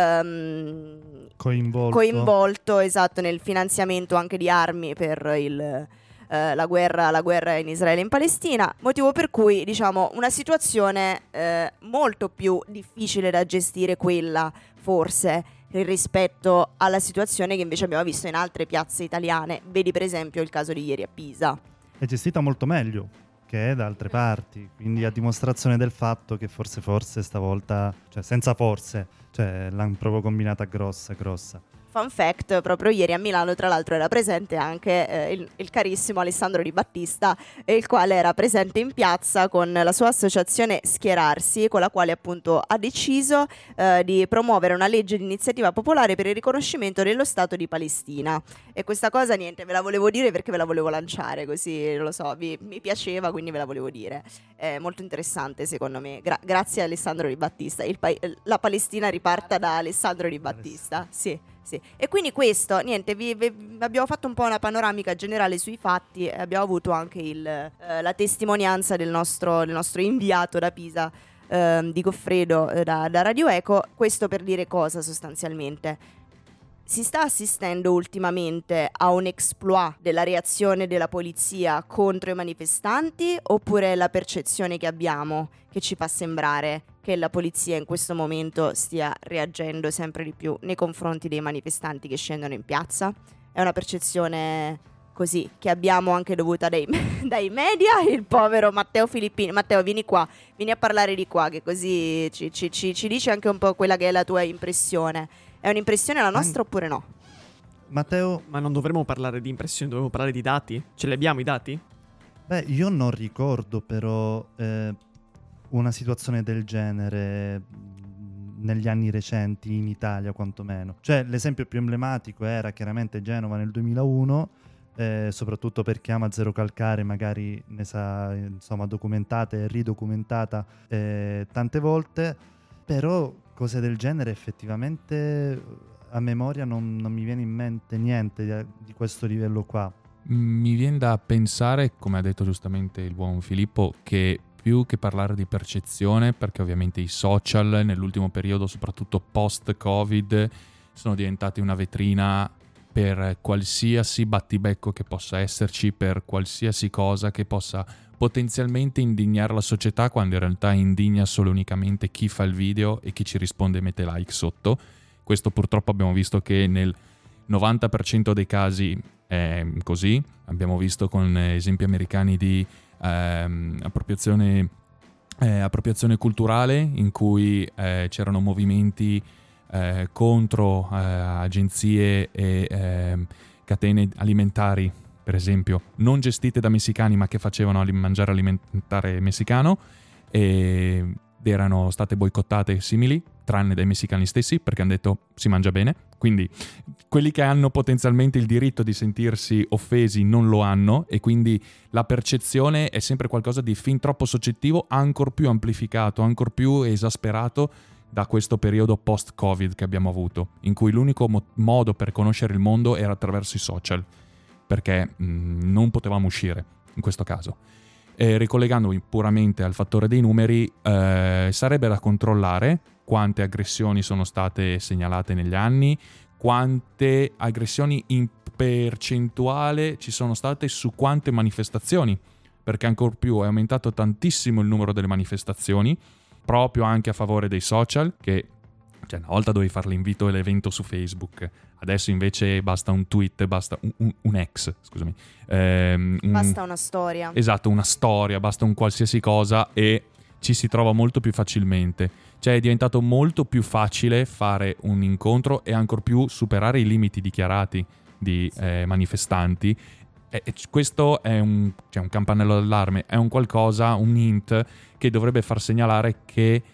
um, coinvolto. coinvolto esatto, nel finanziamento anche di armi per il... Uh, la, guerra, la guerra in Israele e in Palestina, motivo per cui diciamo una situazione uh, molto più difficile da gestire quella, forse, rispetto alla situazione che invece abbiamo visto in altre piazze italiane, vedi per esempio il caso di ieri a Pisa. È gestita molto meglio che da altre parti, quindi a dimostrazione del fatto che forse forse stavolta, cioè senza forse, cioè l'hanno proprio combinata grossa grossa. Fun fact, proprio ieri a Milano tra l'altro era presente anche eh, il, il carissimo Alessandro Di Battista, eh, il quale era presente in piazza con la sua associazione Schierarsi, con la quale appunto ha deciso eh, di promuovere una legge di iniziativa popolare per il riconoscimento dello Stato di Palestina. E questa cosa niente, ve la volevo dire perché ve la volevo lanciare, così non lo so, vi, mi piaceva, quindi ve la volevo dire. È molto interessante secondo me. Gra- grazie a Alessandro Di Battista. Il pa- la Palestina riparta da Alessandro Di Battista. Sì. Sì. E quindi questo, niente, vi, vi abbiamo fatto un po' una panoramica generale sui fatti e abbiamo avuto anche il, eh, la testimonianza del nostro, del nostro inviato da Pisa, eh, di Goffredo, eh, da, da Radio Eco. Questo per dire cosa sostanzialmente? Si sta assistendo ultimamente a un exploit della reazione della polizia contro i manifestanti, oppure è la percezione che abbiamo che ci fa sembrare che la polizia in questo momento stia reagendo sempre di più nei confronti dei manifestanti che scendono in piazza? È una percezione così che abbiamo anche dovuta dai, dai media. Il povero Matteo Filippini. Matteo, vieni qua, vieni a parlare di qua, che così ci, ci, ci, ci dici anche un po' quella che è la tua impressione. È un'impressione la nostra An- oppure no? Matteo... Ma non dovremmo parlare di impressioni, dovremmo parlare di dati? Ce li abbiamo i dati? Beh, io non ricordo però eh, una situazione del genere negli anni recenti in Italia quantomeno. Cioè l'esempio più emblematico era chiaramente Genova nel duemilauno, eh, soprattutto per chi ama Zero Calcare, magari ne sa insomma documentata e ridocumentata eh, tante volte, però cose del genere effettivamente a memoria non, non mi viene in mente niente di, di questo livello qua. Mi viene da pensare, come ha detto giustamente il buon Filippo, che più che parlare di percezione, perché ovviamente i social nell'ultimo periodo, soprattutto post-Covid, sono diventati una vetrina per qualsiasi battibecco che possa esserci, per qualsiasi cosa che possa potenzialmente indignare la società, quando in realtà indigna solo unicamente chi fa il video e chi ci risponde e mette like sotto. Questo purtroppo abbiamo visto che nel novanta per cento dei casi è così. Abbiamo visto con esempi americani di ehm, appropriazione, eh, appropriazione culturale, in cui eh, c'erano movimenti eh, contro eh, agenzie e eh, catene alimentari, per esempio, non gestite da messicani ma che facevano mangiare alimentare messicano, e erano state boicottate simili, tranne dai messicani stessi, perché hanno detto si mangia bene. Quindi quelli che hanno potenzialmente il diritto di sentirsi offesi non lo hanno, e quindi la percezione è sempre qualcosa di fin troppo soggettivo, ancor più amplificato, ancor più esasperato da questo periodo post-Covid che abbiamo avuto, in cui l'unico mo- modo per conoscere il mondo era attraverso i social, perché mh, non potevamo uscire in questo caso. E ricollegandomi puramente al fattore dei numeri, eh, sarebbe da controllare quante aggressioni sono state segnalate negli anni, quante aggressioni in percentuale ci sono state su quante manifestazioni, perché ancor più è aumentato tantissimo il numero delle manifestazioni, proprio anche a favore dei social, che cioè una volta dovevi fare l'invito all'evento su Facebook, adesso invece basta un tweet, basta un, un, un ex, scusami. Ehm, un, Basta una storia. Esatto, una storia, basta un qualsiasi cosa e ci si trova molto più facilmente. Cioè è diventato molto più facile fare un incontro e ancor più superare i limiti dichiarati di eh, manifestanti. E, e questo è un, cioè un campanello d'allarme, è un qualcosa, un hint che dovrebbe far segnalare che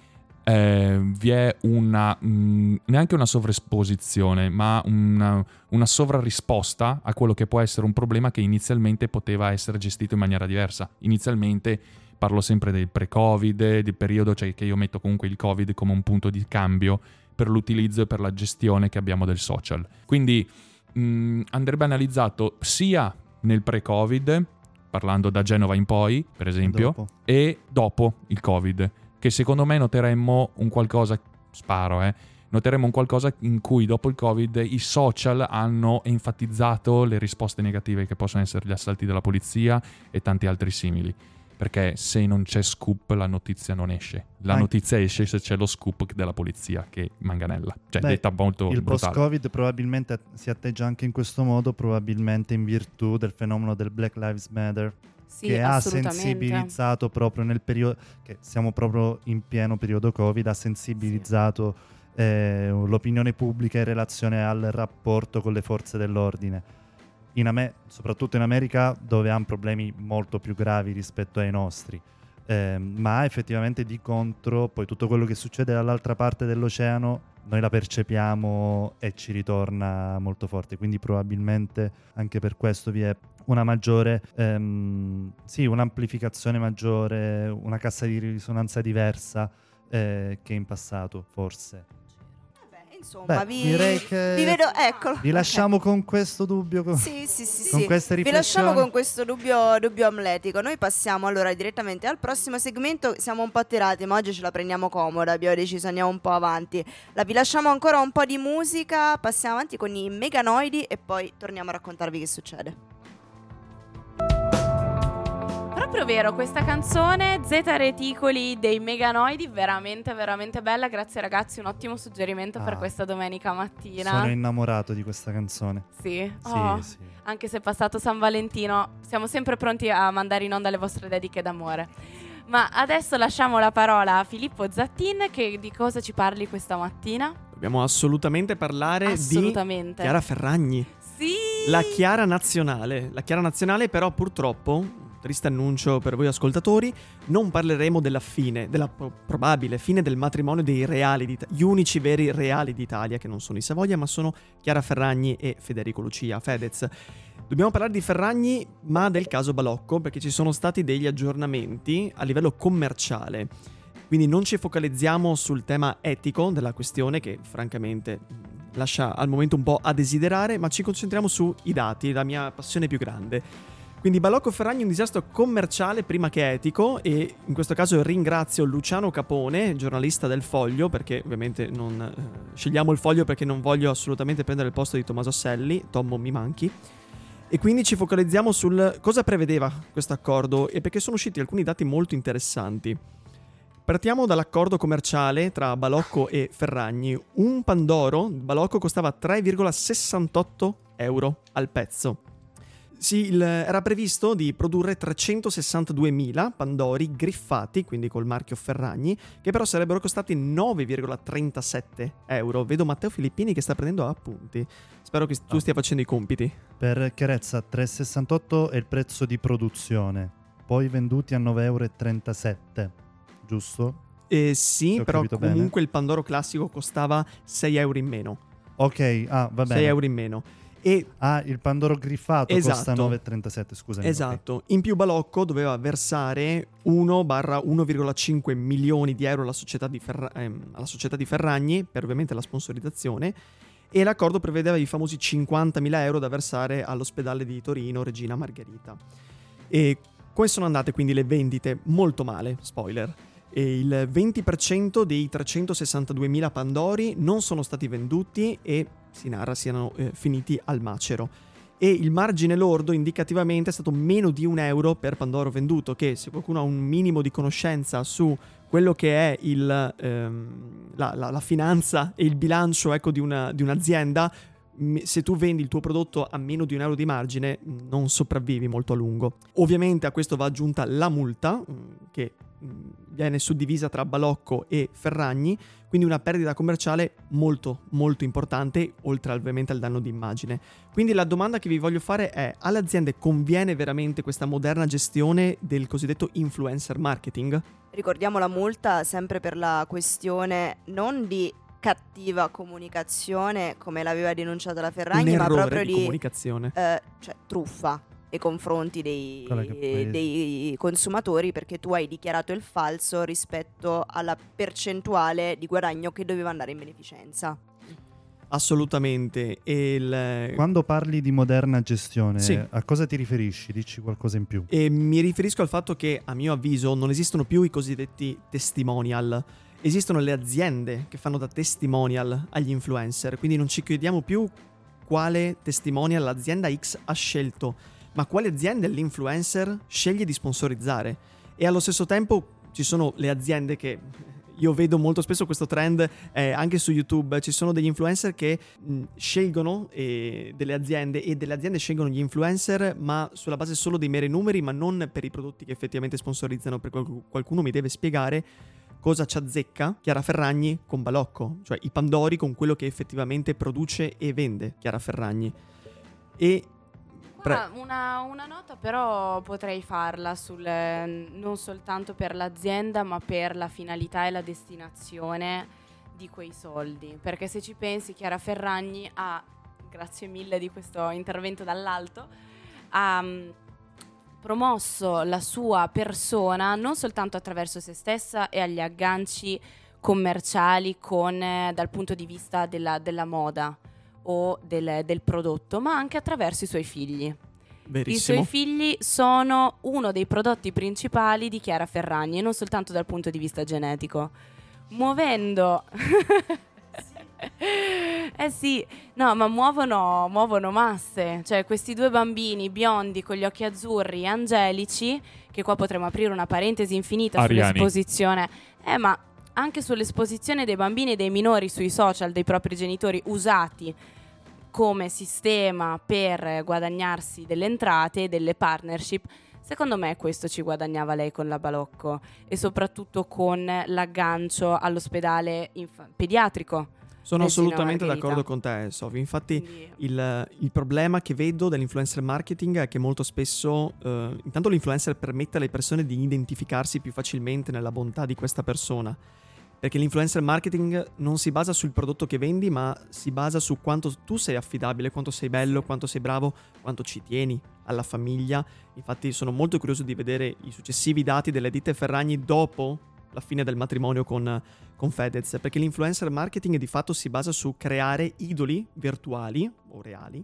Eh, vi è una mh, neanche una sovraesposizione, ma una, una sovrarisposta a quello che può essere un problema che inizialmente poteva essere gestito in maniera diversa. Inizialmente parlo sempre del pre-Covid, del periodo, cioè che io metto comunque il Covid come un punto di cambio per l'utilizzo e per la gestione che abbiamo del social. Quindi mh, andrebbe analizzato sia nel pre-Covid, parlando da Genova in poi, per esempio, Dopo. e dopo il Covid, che secondo me noteremmo un qualcosa, sparo, eh, noteremmo un qualcosa in cui dopo il Covid i social hanno enfatizzato le risposte negative che possono essere gli assalti della polizia e tanti altri simili. Perché se non c'è scoop la notizia non esce. La Anche- notizia esce se c'è lo scoop della polizia che manganella. Cioè Beh, detta molto il brutale. post-Covid probabilmente si atteggia anche in questo modo, probabilmente in virtù del fenomeno del Black Lives Matter, Sì, che ha assolutamente. sensibilizzato proprio nel periodo, che siamo proprio in pieno periodo Covid, ha sensibilizzato eh, l'opinione pubblica in relazione al rapporto con le forze dell'ordine. In Ame- soprattutto in America, dove hanno problemi molto più gravi rispetto ai nostri. Eh, ma effettivamente di contro poi tutto quello che succede dall'altra parte dell'oceano noi la percepiamo e ci ritorna molto forte, quindi probabilmente anche per questo vi è una maggiore ehm, sì, un'amplificazione maggiore, una cassa di risonanza diversa eh, che in passato forse. Beh, insomma, Beh, vi, direi che vi vedo, eccolo. vi lasciamo con questo dubbio co- Sì, sì, sì, con sì. queste Vi riflessioni. lasciamo con questo dubbio, dubbio amletico. Noi passiamo allora direttamente al prossimo segmento. Siamo un po' tirati, ma oggi ce la prendiamo comoda. Abbiamo deciso andiamo un po' avanti. La, vi lasciamo ancora un po' di musica. Passiamo avanti con i Meganoidi e poi torniamo a raccontarvi che succede. Proprio vero, questa canzone Z Reticoli dei Meganoidi, veramente veramente bella. Grazie ragazzi, un ottimo suggerimento per Ah. questa domenica mattina. Sono innamorato di questa canzone. Sì, Sì, Oh, sì. anche se è passato San Valentino, siamo sempre pronti a mandare in onda le vostre dediche d'amore. Ma adesso lasciamo la parola a Filippo Zattin, che di cosa ci parli questa mattina? Dobbiamo assolutamente parlare di Assolutamente. Chiara Ferragni. Sì! La Chiara nazionale. La Chiara nazionale, però, purtroppo, triste annuncio per voi ascoltatori, non parleremo della fine, della pro- probabile fine del matrimonio dei reali d'Italia, gli unici veri reali d'Italia, che non sono i Savoia, ma sono Chiara Ferragni e Federico Lucia, Fedez. Dobbiamo parlare di Ferragni, ma del caso Balocco, perché ci sono stati degli aggiornamenti a livello commerciale. Quindi non ci focalizziamo sul tema etico della questione, che francamente lascia al momento un po' a desiderare, ma ci concentriamo sui dati, la mia passione più grande. Quindi Balocco Ferragni è un disastro commerciale prima che etico, e in questo caso ringrazio Luciano Capone, giornalista del Foglio, perché ovviamente non eh, scegliamo il Foglio perché non voglio assolutamente prendere il posto di Tommaso Selli, Tommo mi manchi. E quindi ci focalizziamo sul cosa prevedeva questo accordo e perché sono usciti alcuni dati molto interessanti. Partiamo dall'accordo commerciale tra Balocco e Ferragni. Un Pandoro Balocco costava tre virgola sessantotto euro al pezzo. Sì, il, era previsto di produrre trecentosessantaduemila Pandori griffati, quindi col marchio Ferragni, che però sarebbero costati nove virgola trentasette euro. Vedo Matteo Filippini che sta prendendo appunti. Spero che tu Ah. stia facendo i compiti. Per chiarezza, tre virgola sessantotto è il prezzo di produzione, poi venduti a nove virgola trentasette euro, giusto? Eh sì, Se ho però capito comunque bene. il Pandoro classico costava sei euro in meno. Ok, ah, va bene. sei euro in meno. E Ah, il Pandoro griffato costa Esatto. nove virgola trentasette, scusami. ok. esatto, in più Balocco doveva versare uno uno virgola cinque milioni di euro alla società di, Ferra- ehm, alla società di Ferragni per ovviamente la sponsorizzazione, e l'accordo prevedeva i famosi cinquantamila euro da versare all'ospedale di Torino Regina Margherita. E Come sono andate quindi le vendite? Molto male, spoiler. E il venti per cento dei trecentosessantaduemila Pandori non sono stati venduti e si narra siano eh, finiti al macero. E il margine lordo indicativamente è stato meno di un euro per Pandoro venduto, che se qualcuno ha un minimo di conoscenza su quello che è il, ehm, la, la, la finanza e il bilancio, ecco, di, una, di un'azienda, se tu vendi il tuo prodotto a meno di un euro di margine non sopravvivi molto a lungo. Ovviamente a questo va aggiunta la multa, che viene suddivisa tra Balocco e Ferragni, quindi una perdita commerciale molto molto importante, oltre ovviamente al danno di immagine. Quindi la domanda che vi voglio fare è: alle aziende conviene veramente questa moderna gestione del cosiddetto influencer marketing? Ricordiamo la multa sempre per la questione non di cattiva comunicazione come l'aveva denunciata la Ferragni, Un ma errore proprio di di comunicazione. eh, cioè truffa nei confronti dei, poi- dei consumatori, perché tu hai dichiarato il falso rispetto alla percentuale di guadagno che doveva andare in beneficenza. Assolutamente. E il... Quando parli di moderna gestione, Sì. a cosa ti riferisci? Dici qualcosa in più. E mi riferisco al fatto che, a mio avviso, non esistono più i cosiddetti testimonial. Esistono le aziende che fanno da testimonial agli influencer, quindi non ci chiediamo più quale testimonial l'azienda X ha scelto, ma quale aziende l'influencer sceglie di sponsorizzare. E allo stesso tempo ci sono le aziende che... Io vedo molto spesso questo trend eh, anche su YouTube. Ci sono degli influencer che mh, scelgono eh, delle aziende, e delle aziende scelgono gli influencer ma sulla base solo dei meri numeri, ma non per i prodotti che effettivamente sponsorizzano. Perché qualcuno mi deve spiegare cosa ci azzecca Chiara Ferragni con Balocco, cioè i Pandori con quello che effettivamente produce e vende Chiara Ferragni. E Guarda, una, una nota però potrei farla sul, non soltanto per l'azienda, ma per la finalità e la destinazione di quei soldi. Perché se ci pensi, Chiara Ferragni ha, grazie mille di questo intervento dall'alto, ha um, promosso la sua persona non soltanto attraverso se stessa e agli agganci commerciali con, eh, dal punto di vista della, della moda o del, del prodotto, ma anche attraverso i suoi figli. verissimo. I suoi figli sono uno dei prodotti principali di Chiara Ferragni, e non soltanto dal punto di vista genetico. Muovendo eh sì, no, ma muovono, muovono masse. Cioè, questi due bambini biondi con gli occhi azzurri, angelici, che qua potremmo aprire una parentesi infinita Ariani. sull'esposizione. Eh, ma anche sull'esposizione dei bambini e dei minori sui social dei propri genitori, usati come sistema per guadagnarsi delle entrate, delle partnership. Secondo me questo ci guadagnava lei con la Balocco, e soprattutto con l'aggancio all'ospedale inf- pediatrico. Sono Regina assolutamente Margherita. d'accordo con te, Sofì. Infatti Quindi, il, il problema che vedo dell'influencer marketing è che molto spesso eh, intanto l'influencer permette alle persone di identificarsi più facilmente nella bontà di questa persona, perché l'influencer marketing non si basa sul prodotto che vendi, ma si basa su quanto tu sei affidabile, quanto sei bello, quanto sei bravo, quanto ci tieni alla famiglia. Infatti sono molto curioso di vedere i successivi dati delle ditte Ferragni dopo la fine del matrimonio con, con Fedez, perché l'influencer marketing di fatto si basa su creare idoli virtuali o reali,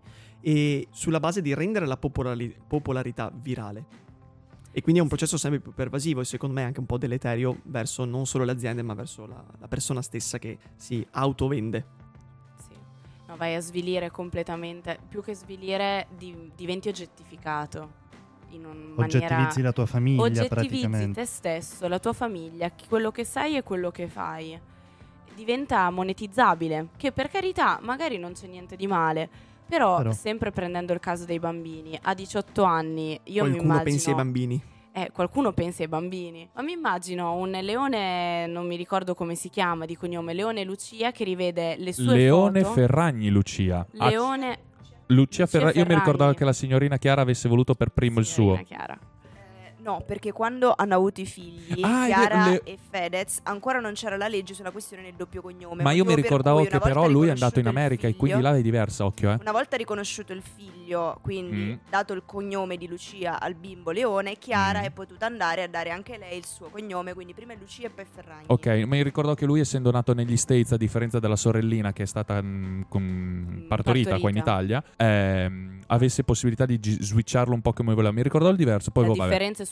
e sulla base di rendere la popolari- popolarità virale. E quindi è un processo sempre più pervasivo, e secondo me anche un po' deleterio verso non solo le aziende, ma verso la, la persona stessa che si autovende. sì. No, vai a svilire completamente. Più che svilire, di- diventi oggettificato. In un maniera... Oggettivizzi la tua famiglia Oggettivizzi praticamente. te stesso, la tua famiglia, chi- quello che sei e quello che fai. Diventa monetizzabile, che per carità magari non c'è niente di male, però, Però. sempre prendendo il caso dei bambini, a diciotto anni io mi Qualcuno immagino... pensi ai bambini. Eh, qualcuno pensa ai bambini, ma mi immagino un leone, non mi ricordo come si chiama di cognome, Leone Lucia, che rivede le sue Leone foto. Ferragni Lucia. Ah, Leone Lucia Ferra- Io mi Ferragni. ricordavo che la signorina Chiara avesse voluto per primo il suo. Signorina Chiara. No, perché quando hanno avuto i figli, Ah, Chiara le- e Fedez, ancora non c'era la legge sulla questione del doppio cognome. Ma io mi motivo per ricordavo cui che una però volta lui è andato in riconosciuto il America, e quindi figlio- là è diversa, occhio, eh. Una volta riconosciuto il figlio, quindi Mm. dato il cognome di Lucia al bimbo Leone, Chiara Mm. è potuta andare a dare anche lei il suo cognome, quindi prima è Lucia e poi Ferragni. Ok, mi ricordo che lui, essendo nato negli States, a differenza della sorellina che è stata mh, con- partorita qua in partorita. Italia, ehm, avesse possibilità di gi- switcharlo un po' come voleva. Mi ricordavo il diverso, poi La boh, vabbè. differenza è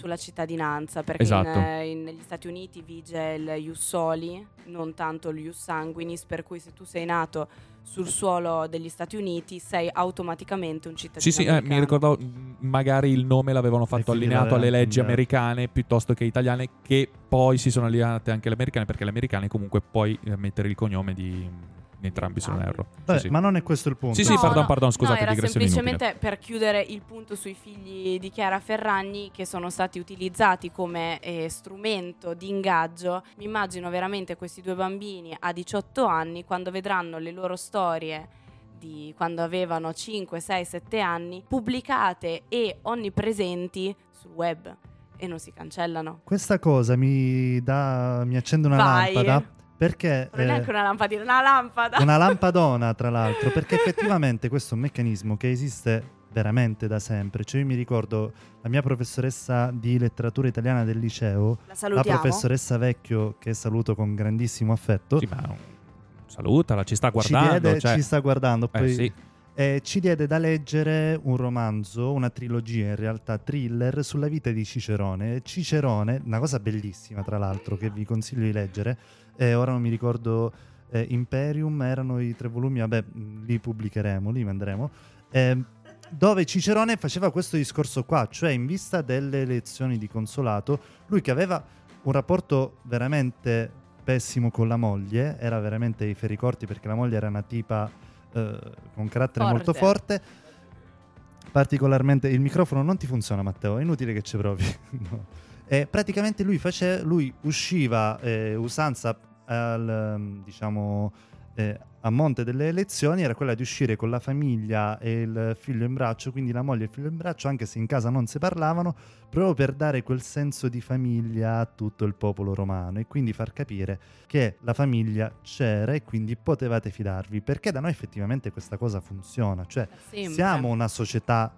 sulla cittadinanza, perché Esatto. in, in- negli Stati Uniti vige il ius soli, non tanto il ius sanguinis, per cui se tu sei nato sul suolo degli Stati Uniti sei automaticamente un cittadino Sì, sì, eh, americano. mi ricordavo, mh, magari il nome l'avevano fatto quindi allineato alle l'avevano leggi cambiato. americane piuttosto che italiane, che poi si sono allineate anche alle americane, perché le americane comunque puoi eh, mettere il cognome di, di entrambi, se non erro. Vabbè, Sì, sì. ma non è questo il punto. Sì, sì, pardon, pardon, scusate, no, era digressione semplicemente inutile. per chiudere il punto sui figli di Chiara Ferragni, che sono stati utilizzati come eh, strumento di ingaggio. Mi immagino veramente questi due bambini a diciotto anni, quando vedranno le loro storie di quando avevano cinque, sei, sette anni, pubblicate e onnipresenti sul web, e non si cancellano. Questa cosa mi dà mi accende una Vai. lampada, perché Non è eh, neanche una lampadina, una lampada. una lampadona, tra l'altro, perché effettivamente questo è un meccanismo che esiste veramente da sempre. Cioè io mi ricordo la mia professoressa di letteratura italiana del liceo, La la salutiamo. professoressa Vecchio, che saluto con grandissimo affetto, Sì, ma salutala, ci sta ci, guardando. diede, cioè. ci sta guardando, Eh, poi sì. eh, ci diede da leggere un romanzo, una trilogia in realtà, thriller sulla vita di Cicerone. Cicerone, una cosa bellissima tra l'altro che vi consiglio di leggere, eh, ora non mi ricordo, eh, Imperium, erano i tre volumi, vabbè, mh, li pubblicheremo, li manderemo, eh, dove Cicerone faceva questo discorso qua, cioè in vista delle elezioni di consolato, lui che aveva un rapporto veramente pessimo con la moglie, era veramente ai ferri corti perché la moglie era una tipa eh, con carattere Forte. molto forte, particolarmente. Il microfono non ti funziona, Matteo, è inutile che ci provi. No. E praticamente lui face, lui usciva, eh, usanza al, um, diciamo eh, a monte delle elezioni era quella di uscire con la famiglia e il figlio in braccio, quindi la moglie e il figlio in braccio, anche se in casa non si parlavano, proprio per dare quel senso di famiglia a tutto il popolo romano e quindi far capire che la famiglia c'era e quindi potevate fidarvi, perché da noi effettivamente questa cosa funziona, cioè Sempre. siamo una società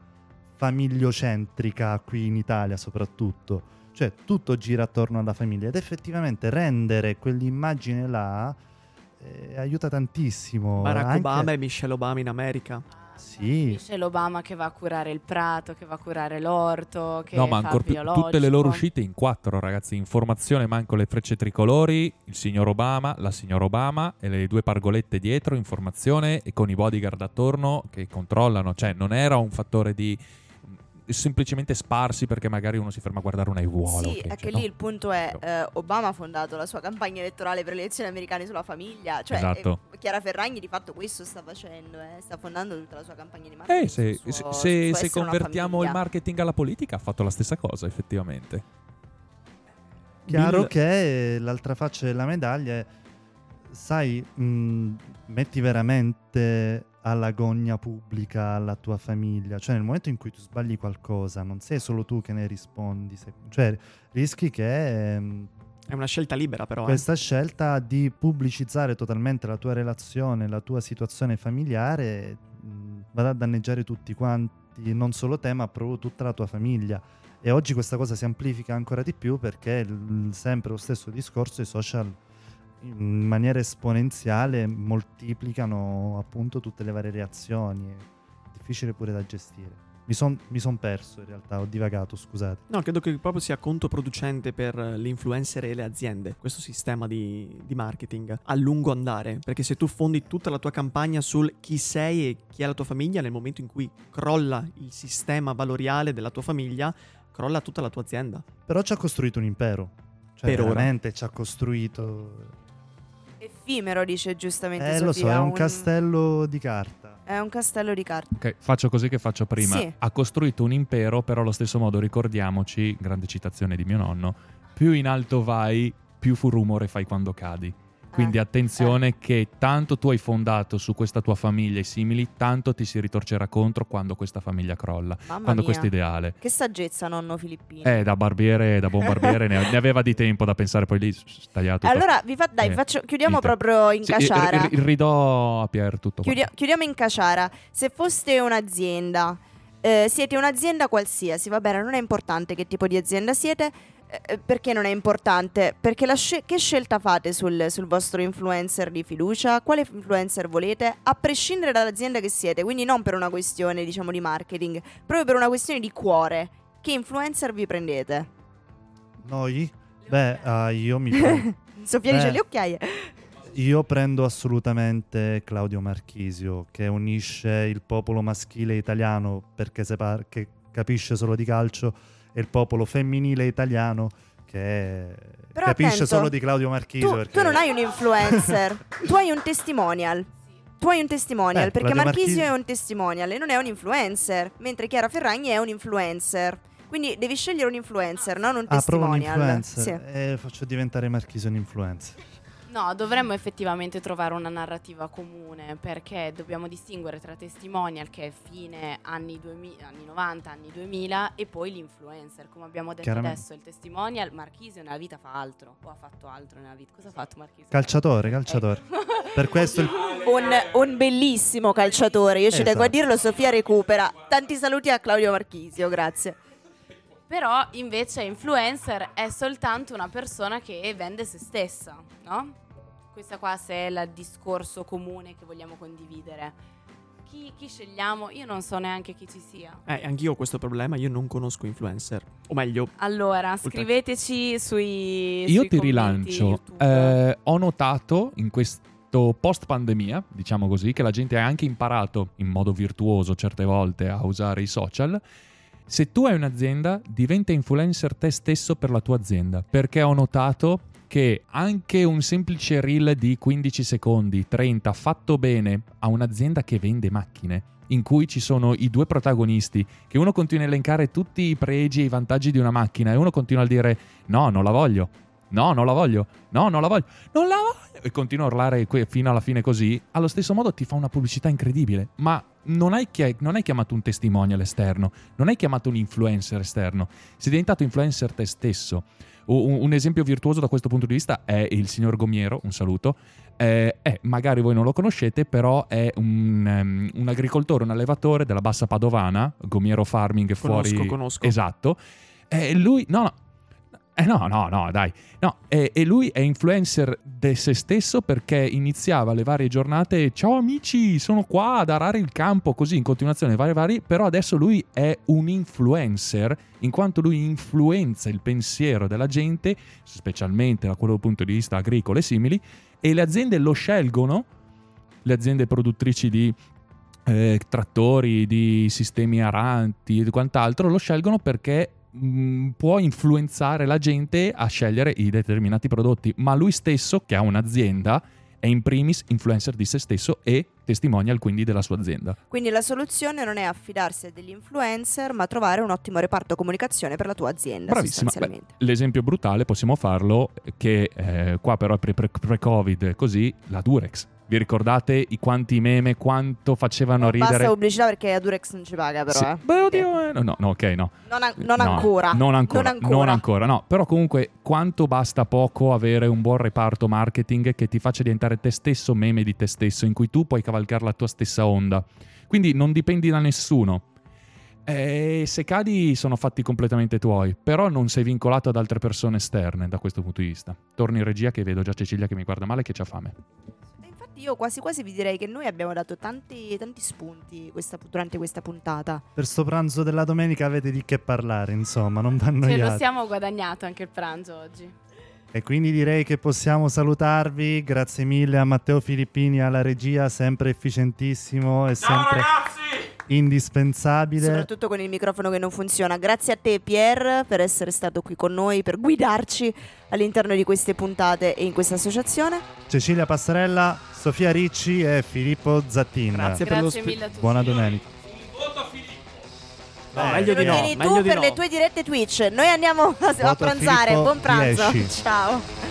famigliocentrica qui in Italia soprattutto, cioè tutto gira attorno alla famiglia ed effettivamente rendere quell'immagine là eh, aiuta tantissimo. Barack anche... Obama e Michelle Obama in America. Sì, Michelle Obama che va a curare il prato, che va a curare l'orto, che No, ma fa ancora il più, biologico. tutte le loro uscite in quattro, ragazzi. Informazione, manco le frecce tricolori, il signor Obama, la signora Obama e le due pargolette dietro, informazione e con i bodyguard attorno che controllano. Cioè, non era un fattore di semplicemente sparsi perché magari uno si ferma a guardare un aiuolo. Sì, che, è cioè, che no. lì il punto è eh, Obama ha fondato la sua campagna elettorale per le elezioni americane sulla famiglia, cioè Esatto. eh, Chiara Ferragni di fatto questo sta facendo, eh, sta fondando tutta la sua campagna di marketing. Eh, se, sul suo- se- sul se- suo se essere una convertiamo il famiglia. marketing alla politica, ha fatto la stessa cosa, effettivamente. chiaro Bill- che l'altra faccia della medaglia è, sai, mh, metti veramente alla gogna pubblica alla tua famiglia, cioè nel momento in cui tu sbagli qualcosa non sei solo tu che ne rispondi, se- cioè rischi che mh, È una scelta libera, però. eh. questa scelta di pubblicizzare totalmente la tua relazione, la tua situazione familiare mh, vada a danneggiare tutti quanti, non solo te ma proprio tutta la tua famiglia. E oggi questa cosa si amplifica ancora di più perché il- sempre lo stesso discorso, i social in maniera esponenziale moltiplicano appunto tutte le varie reazioni, è difficile pure da gestire. Mi sono mi son perso in realtà, ho divagato, scusate. No, credo che proprio sia controproducente per l'influencer e le aziende questo sistema di, di marketing a lungo andare, perché se tu fondi tutta la tua campagna sul chi sei e chi è la tua famiglia, nel momento in cui crolla il sistema valoriale della tua famiglia, crolla tutta la tua azienda. Però ci ha costruito un impero, cioè Per ora. veramente ci ha costruito... Effimero, dice giustamente Eh Sofia. lo so, è un castello di carta. È un castello di carte. Ok, faccio così che faccio prima. Sì. Ha costruito un impero, però allo stesso modo ricordiamoci, grande citazione di mio nonno, più in alto vai, più fu rumore fai quando cadi. Quindi Eh, attenzione che tanto tu hai fondato su questa tua famiglia e simili, tanto ti si ritorcerà contro quando questa famiglia crolla, Mamma quando mia. questo ideale. Che saggezza, nonno Filippino. Eh, da barbiere, da buon barbiere ne, ne aveva di tempo da pensare, poi lì s- s- tagliato. Allora, vi fa, dai, Eh, faccio- chiudiamo dite. proprio in Sì, caciara. il, il- il ridò a Pier tutto qua. Chiudia- chiudiamo in caciara. Se foste un'azienda, eh, siete un'azienda qualsiasi, va bene, non è importante che tipo di azienda siete. eh, Perché non è importante? Perché la sce- che scelta fate sul, sul vostro influencer di fiducia? Quale influencer volete? A prescindere dall'azienda che siete, quindi non per una questione, diciamo, di marketing, proprio per una questione di cuore. Che influencer vi prendete? Noi? Beh, uh, io mi prendo, Sofia Beh. dice le occhiaie. io prendo assolutamente Claudio Marchisio, che unisce il popolo maschile italiano, perché separ- che capisce solo di calcio, e il popolo femminile italiano, che Però capisce attento, solo di Claudio Marchisio. Tu, perché... tu non hai un influencer, tu hai un testimonial. Tu hai un testimonial, Beh, perché Claudio Marchisio Marchisio- è un testimonial e non è un influencer, mentre Chiara Ferragni è un influencer. Quindi devi scegliere un influencer, non un Ah, proprio un testimonial. influencer. Sì. E faccio diventare Marchisio un influencer. No, dovremmo effettivamente trovare una narrativa comune, perché dobbiamo distinguere tra testimonial, che è fine anni duemila, anni novanta, anni duemila, e poi l'influencer. Come abbiamo detto Chiaramente. adesso, il testimonial, Marchisio nella vita fa altro, o ha fatto altro nella vita. Cosa ha fatto Marchisio? Calciatore, calciatore. Ecco. Per questo il... Un, un bellissimo calciatore, io ci Esatto. tengo a dirlo, Sofia recupera. Tanti saluti a Claudio Marchisio, grazie. Però invece influencer è soltanto una persona che vende se stessa, no? Questa qua se è il discorso comune che vogliamo condividere. Chi, chi scegliamo? Io non so neanche chi ci sia. Eh, anch'io ho questo problema, io non conosco influencer. O meglio, Allora, scriveteci sui Io sui ti commenti rilancio. YouTube. Eh, ho notato in questo post pandemia, diciamo così, che la gente ha anche imparato in modo virtuoso certe volte a usare i social. Se tu hai un'azienda, diventa influencer te stesso per la tua azienda, perché ho notato che anche un semplice reel di quindici secondi, trenta, fatto bene a un'azienda che vende macchine, in cui ci sono i due protagonisti, che uno continua a elencare tutti i pregi e i vantaggi di una macchina e uno continua a dire no, non la voglio, no, non la voglio, no, non la voglio, non la voglio, e continua a urlare que- fino alla fine così, allo stesso modo ti fa una pubblicità incredibile, ma non hai, chi- non hai chiamato un testimonial esterno, non hai chiamato un influencer esterno, sei diventato influencer te stesso. Un, un esempio virtuoso da questo punto di vista è il signor Gomiero, un saluto. Eh, eh, magari voi non lo conoscete, però è un, um, un agricoltore, un allevatore della Bassa Padovana, Gomiero Farming fuori. Conosco, conosco. Esatto. E lui, no, no. Eh no, no, no, dai. No, e, e lui è influencer di se stesso perché iniziava le varie giornate, ciao amici, sono qua ad arare il campo, così in continuazione, vari vari, però adesso lui è un influencer in quanto lui influenza il pensiero della gente, specialmente da quello punto di vista agricolo e simili, e le aziende lo scelgono, le aziende produttrici di eh, trattori, di sistemi aranti e quant'altro, lo scelgono perché può influenzare la gente a scegliere i determinati prodotti, ma lui stesso, che ha un'azienda, è in primis influencer di se stesso e testimonial quindi della sua azienda. Quindi la soluzione non è affidarsi a degli influencer, ma trovare un ottimo reparto comunicazione per la tua azienda. Bravissima. Sostanzialmente. Beh, l'esempio brutale possiamo farlo che eh, qua però pre- pre- pre-Covid così, la Durex. Vi ricordate i quanti meme, quanto facevano ridere? Basta pubblicità perché a Durex non ci paga però. Sì. Eh. Beh, oddio, eh, no, no, no, ok, no. Non, a- non No, ancora. Non ancora, Non ancora. non ancora, no. Però comunque quanto basta poco avere un buon reparto marketing che ti faccia diventare te stesso meme di te stesso, in cui tu puoi cavalcare la tua stessa onda. Quindi non dipendi da nessuno. E se cadi sono fatti completamente tuoi, però non sei vincolato ad altre persone esterne da questo punto di vista. Torno in regia che vedo già Cecilia che mi guarda male e che c'ha fame. Infatti io quasi quasi vi direi che noi abbiamo dato tanti, tanti spunti questa- durante questa puntata. Per sto pranzo della domenica avete di che parlare, insomma, non vi Ce lo annoiate. siamo guadagnato anche il pranzo oggi. E quindi direi che possiamo salutarvi. Grazie mille a Matteo Filippini alla regia, sempre efficientissimo e sempre indispensabile. Soprattutto con il microfono che non funziona. Grazie a te Pier per essere stato qui con noi, per guidarci all'interno di queste puntate e in questa associazione. Cecilia Passarella, Sofia Ricci e Filippo Zattin. Grazie per lo Grazie spi- mille a tutti. Buona domenica. No, Eh, meglio Te di lo no, tieni meglio tu di per no. le tue dirette Twitch. Noi andiamo a, a Voto pranzare. Filippo Buon pranzo. dieci. Ciao.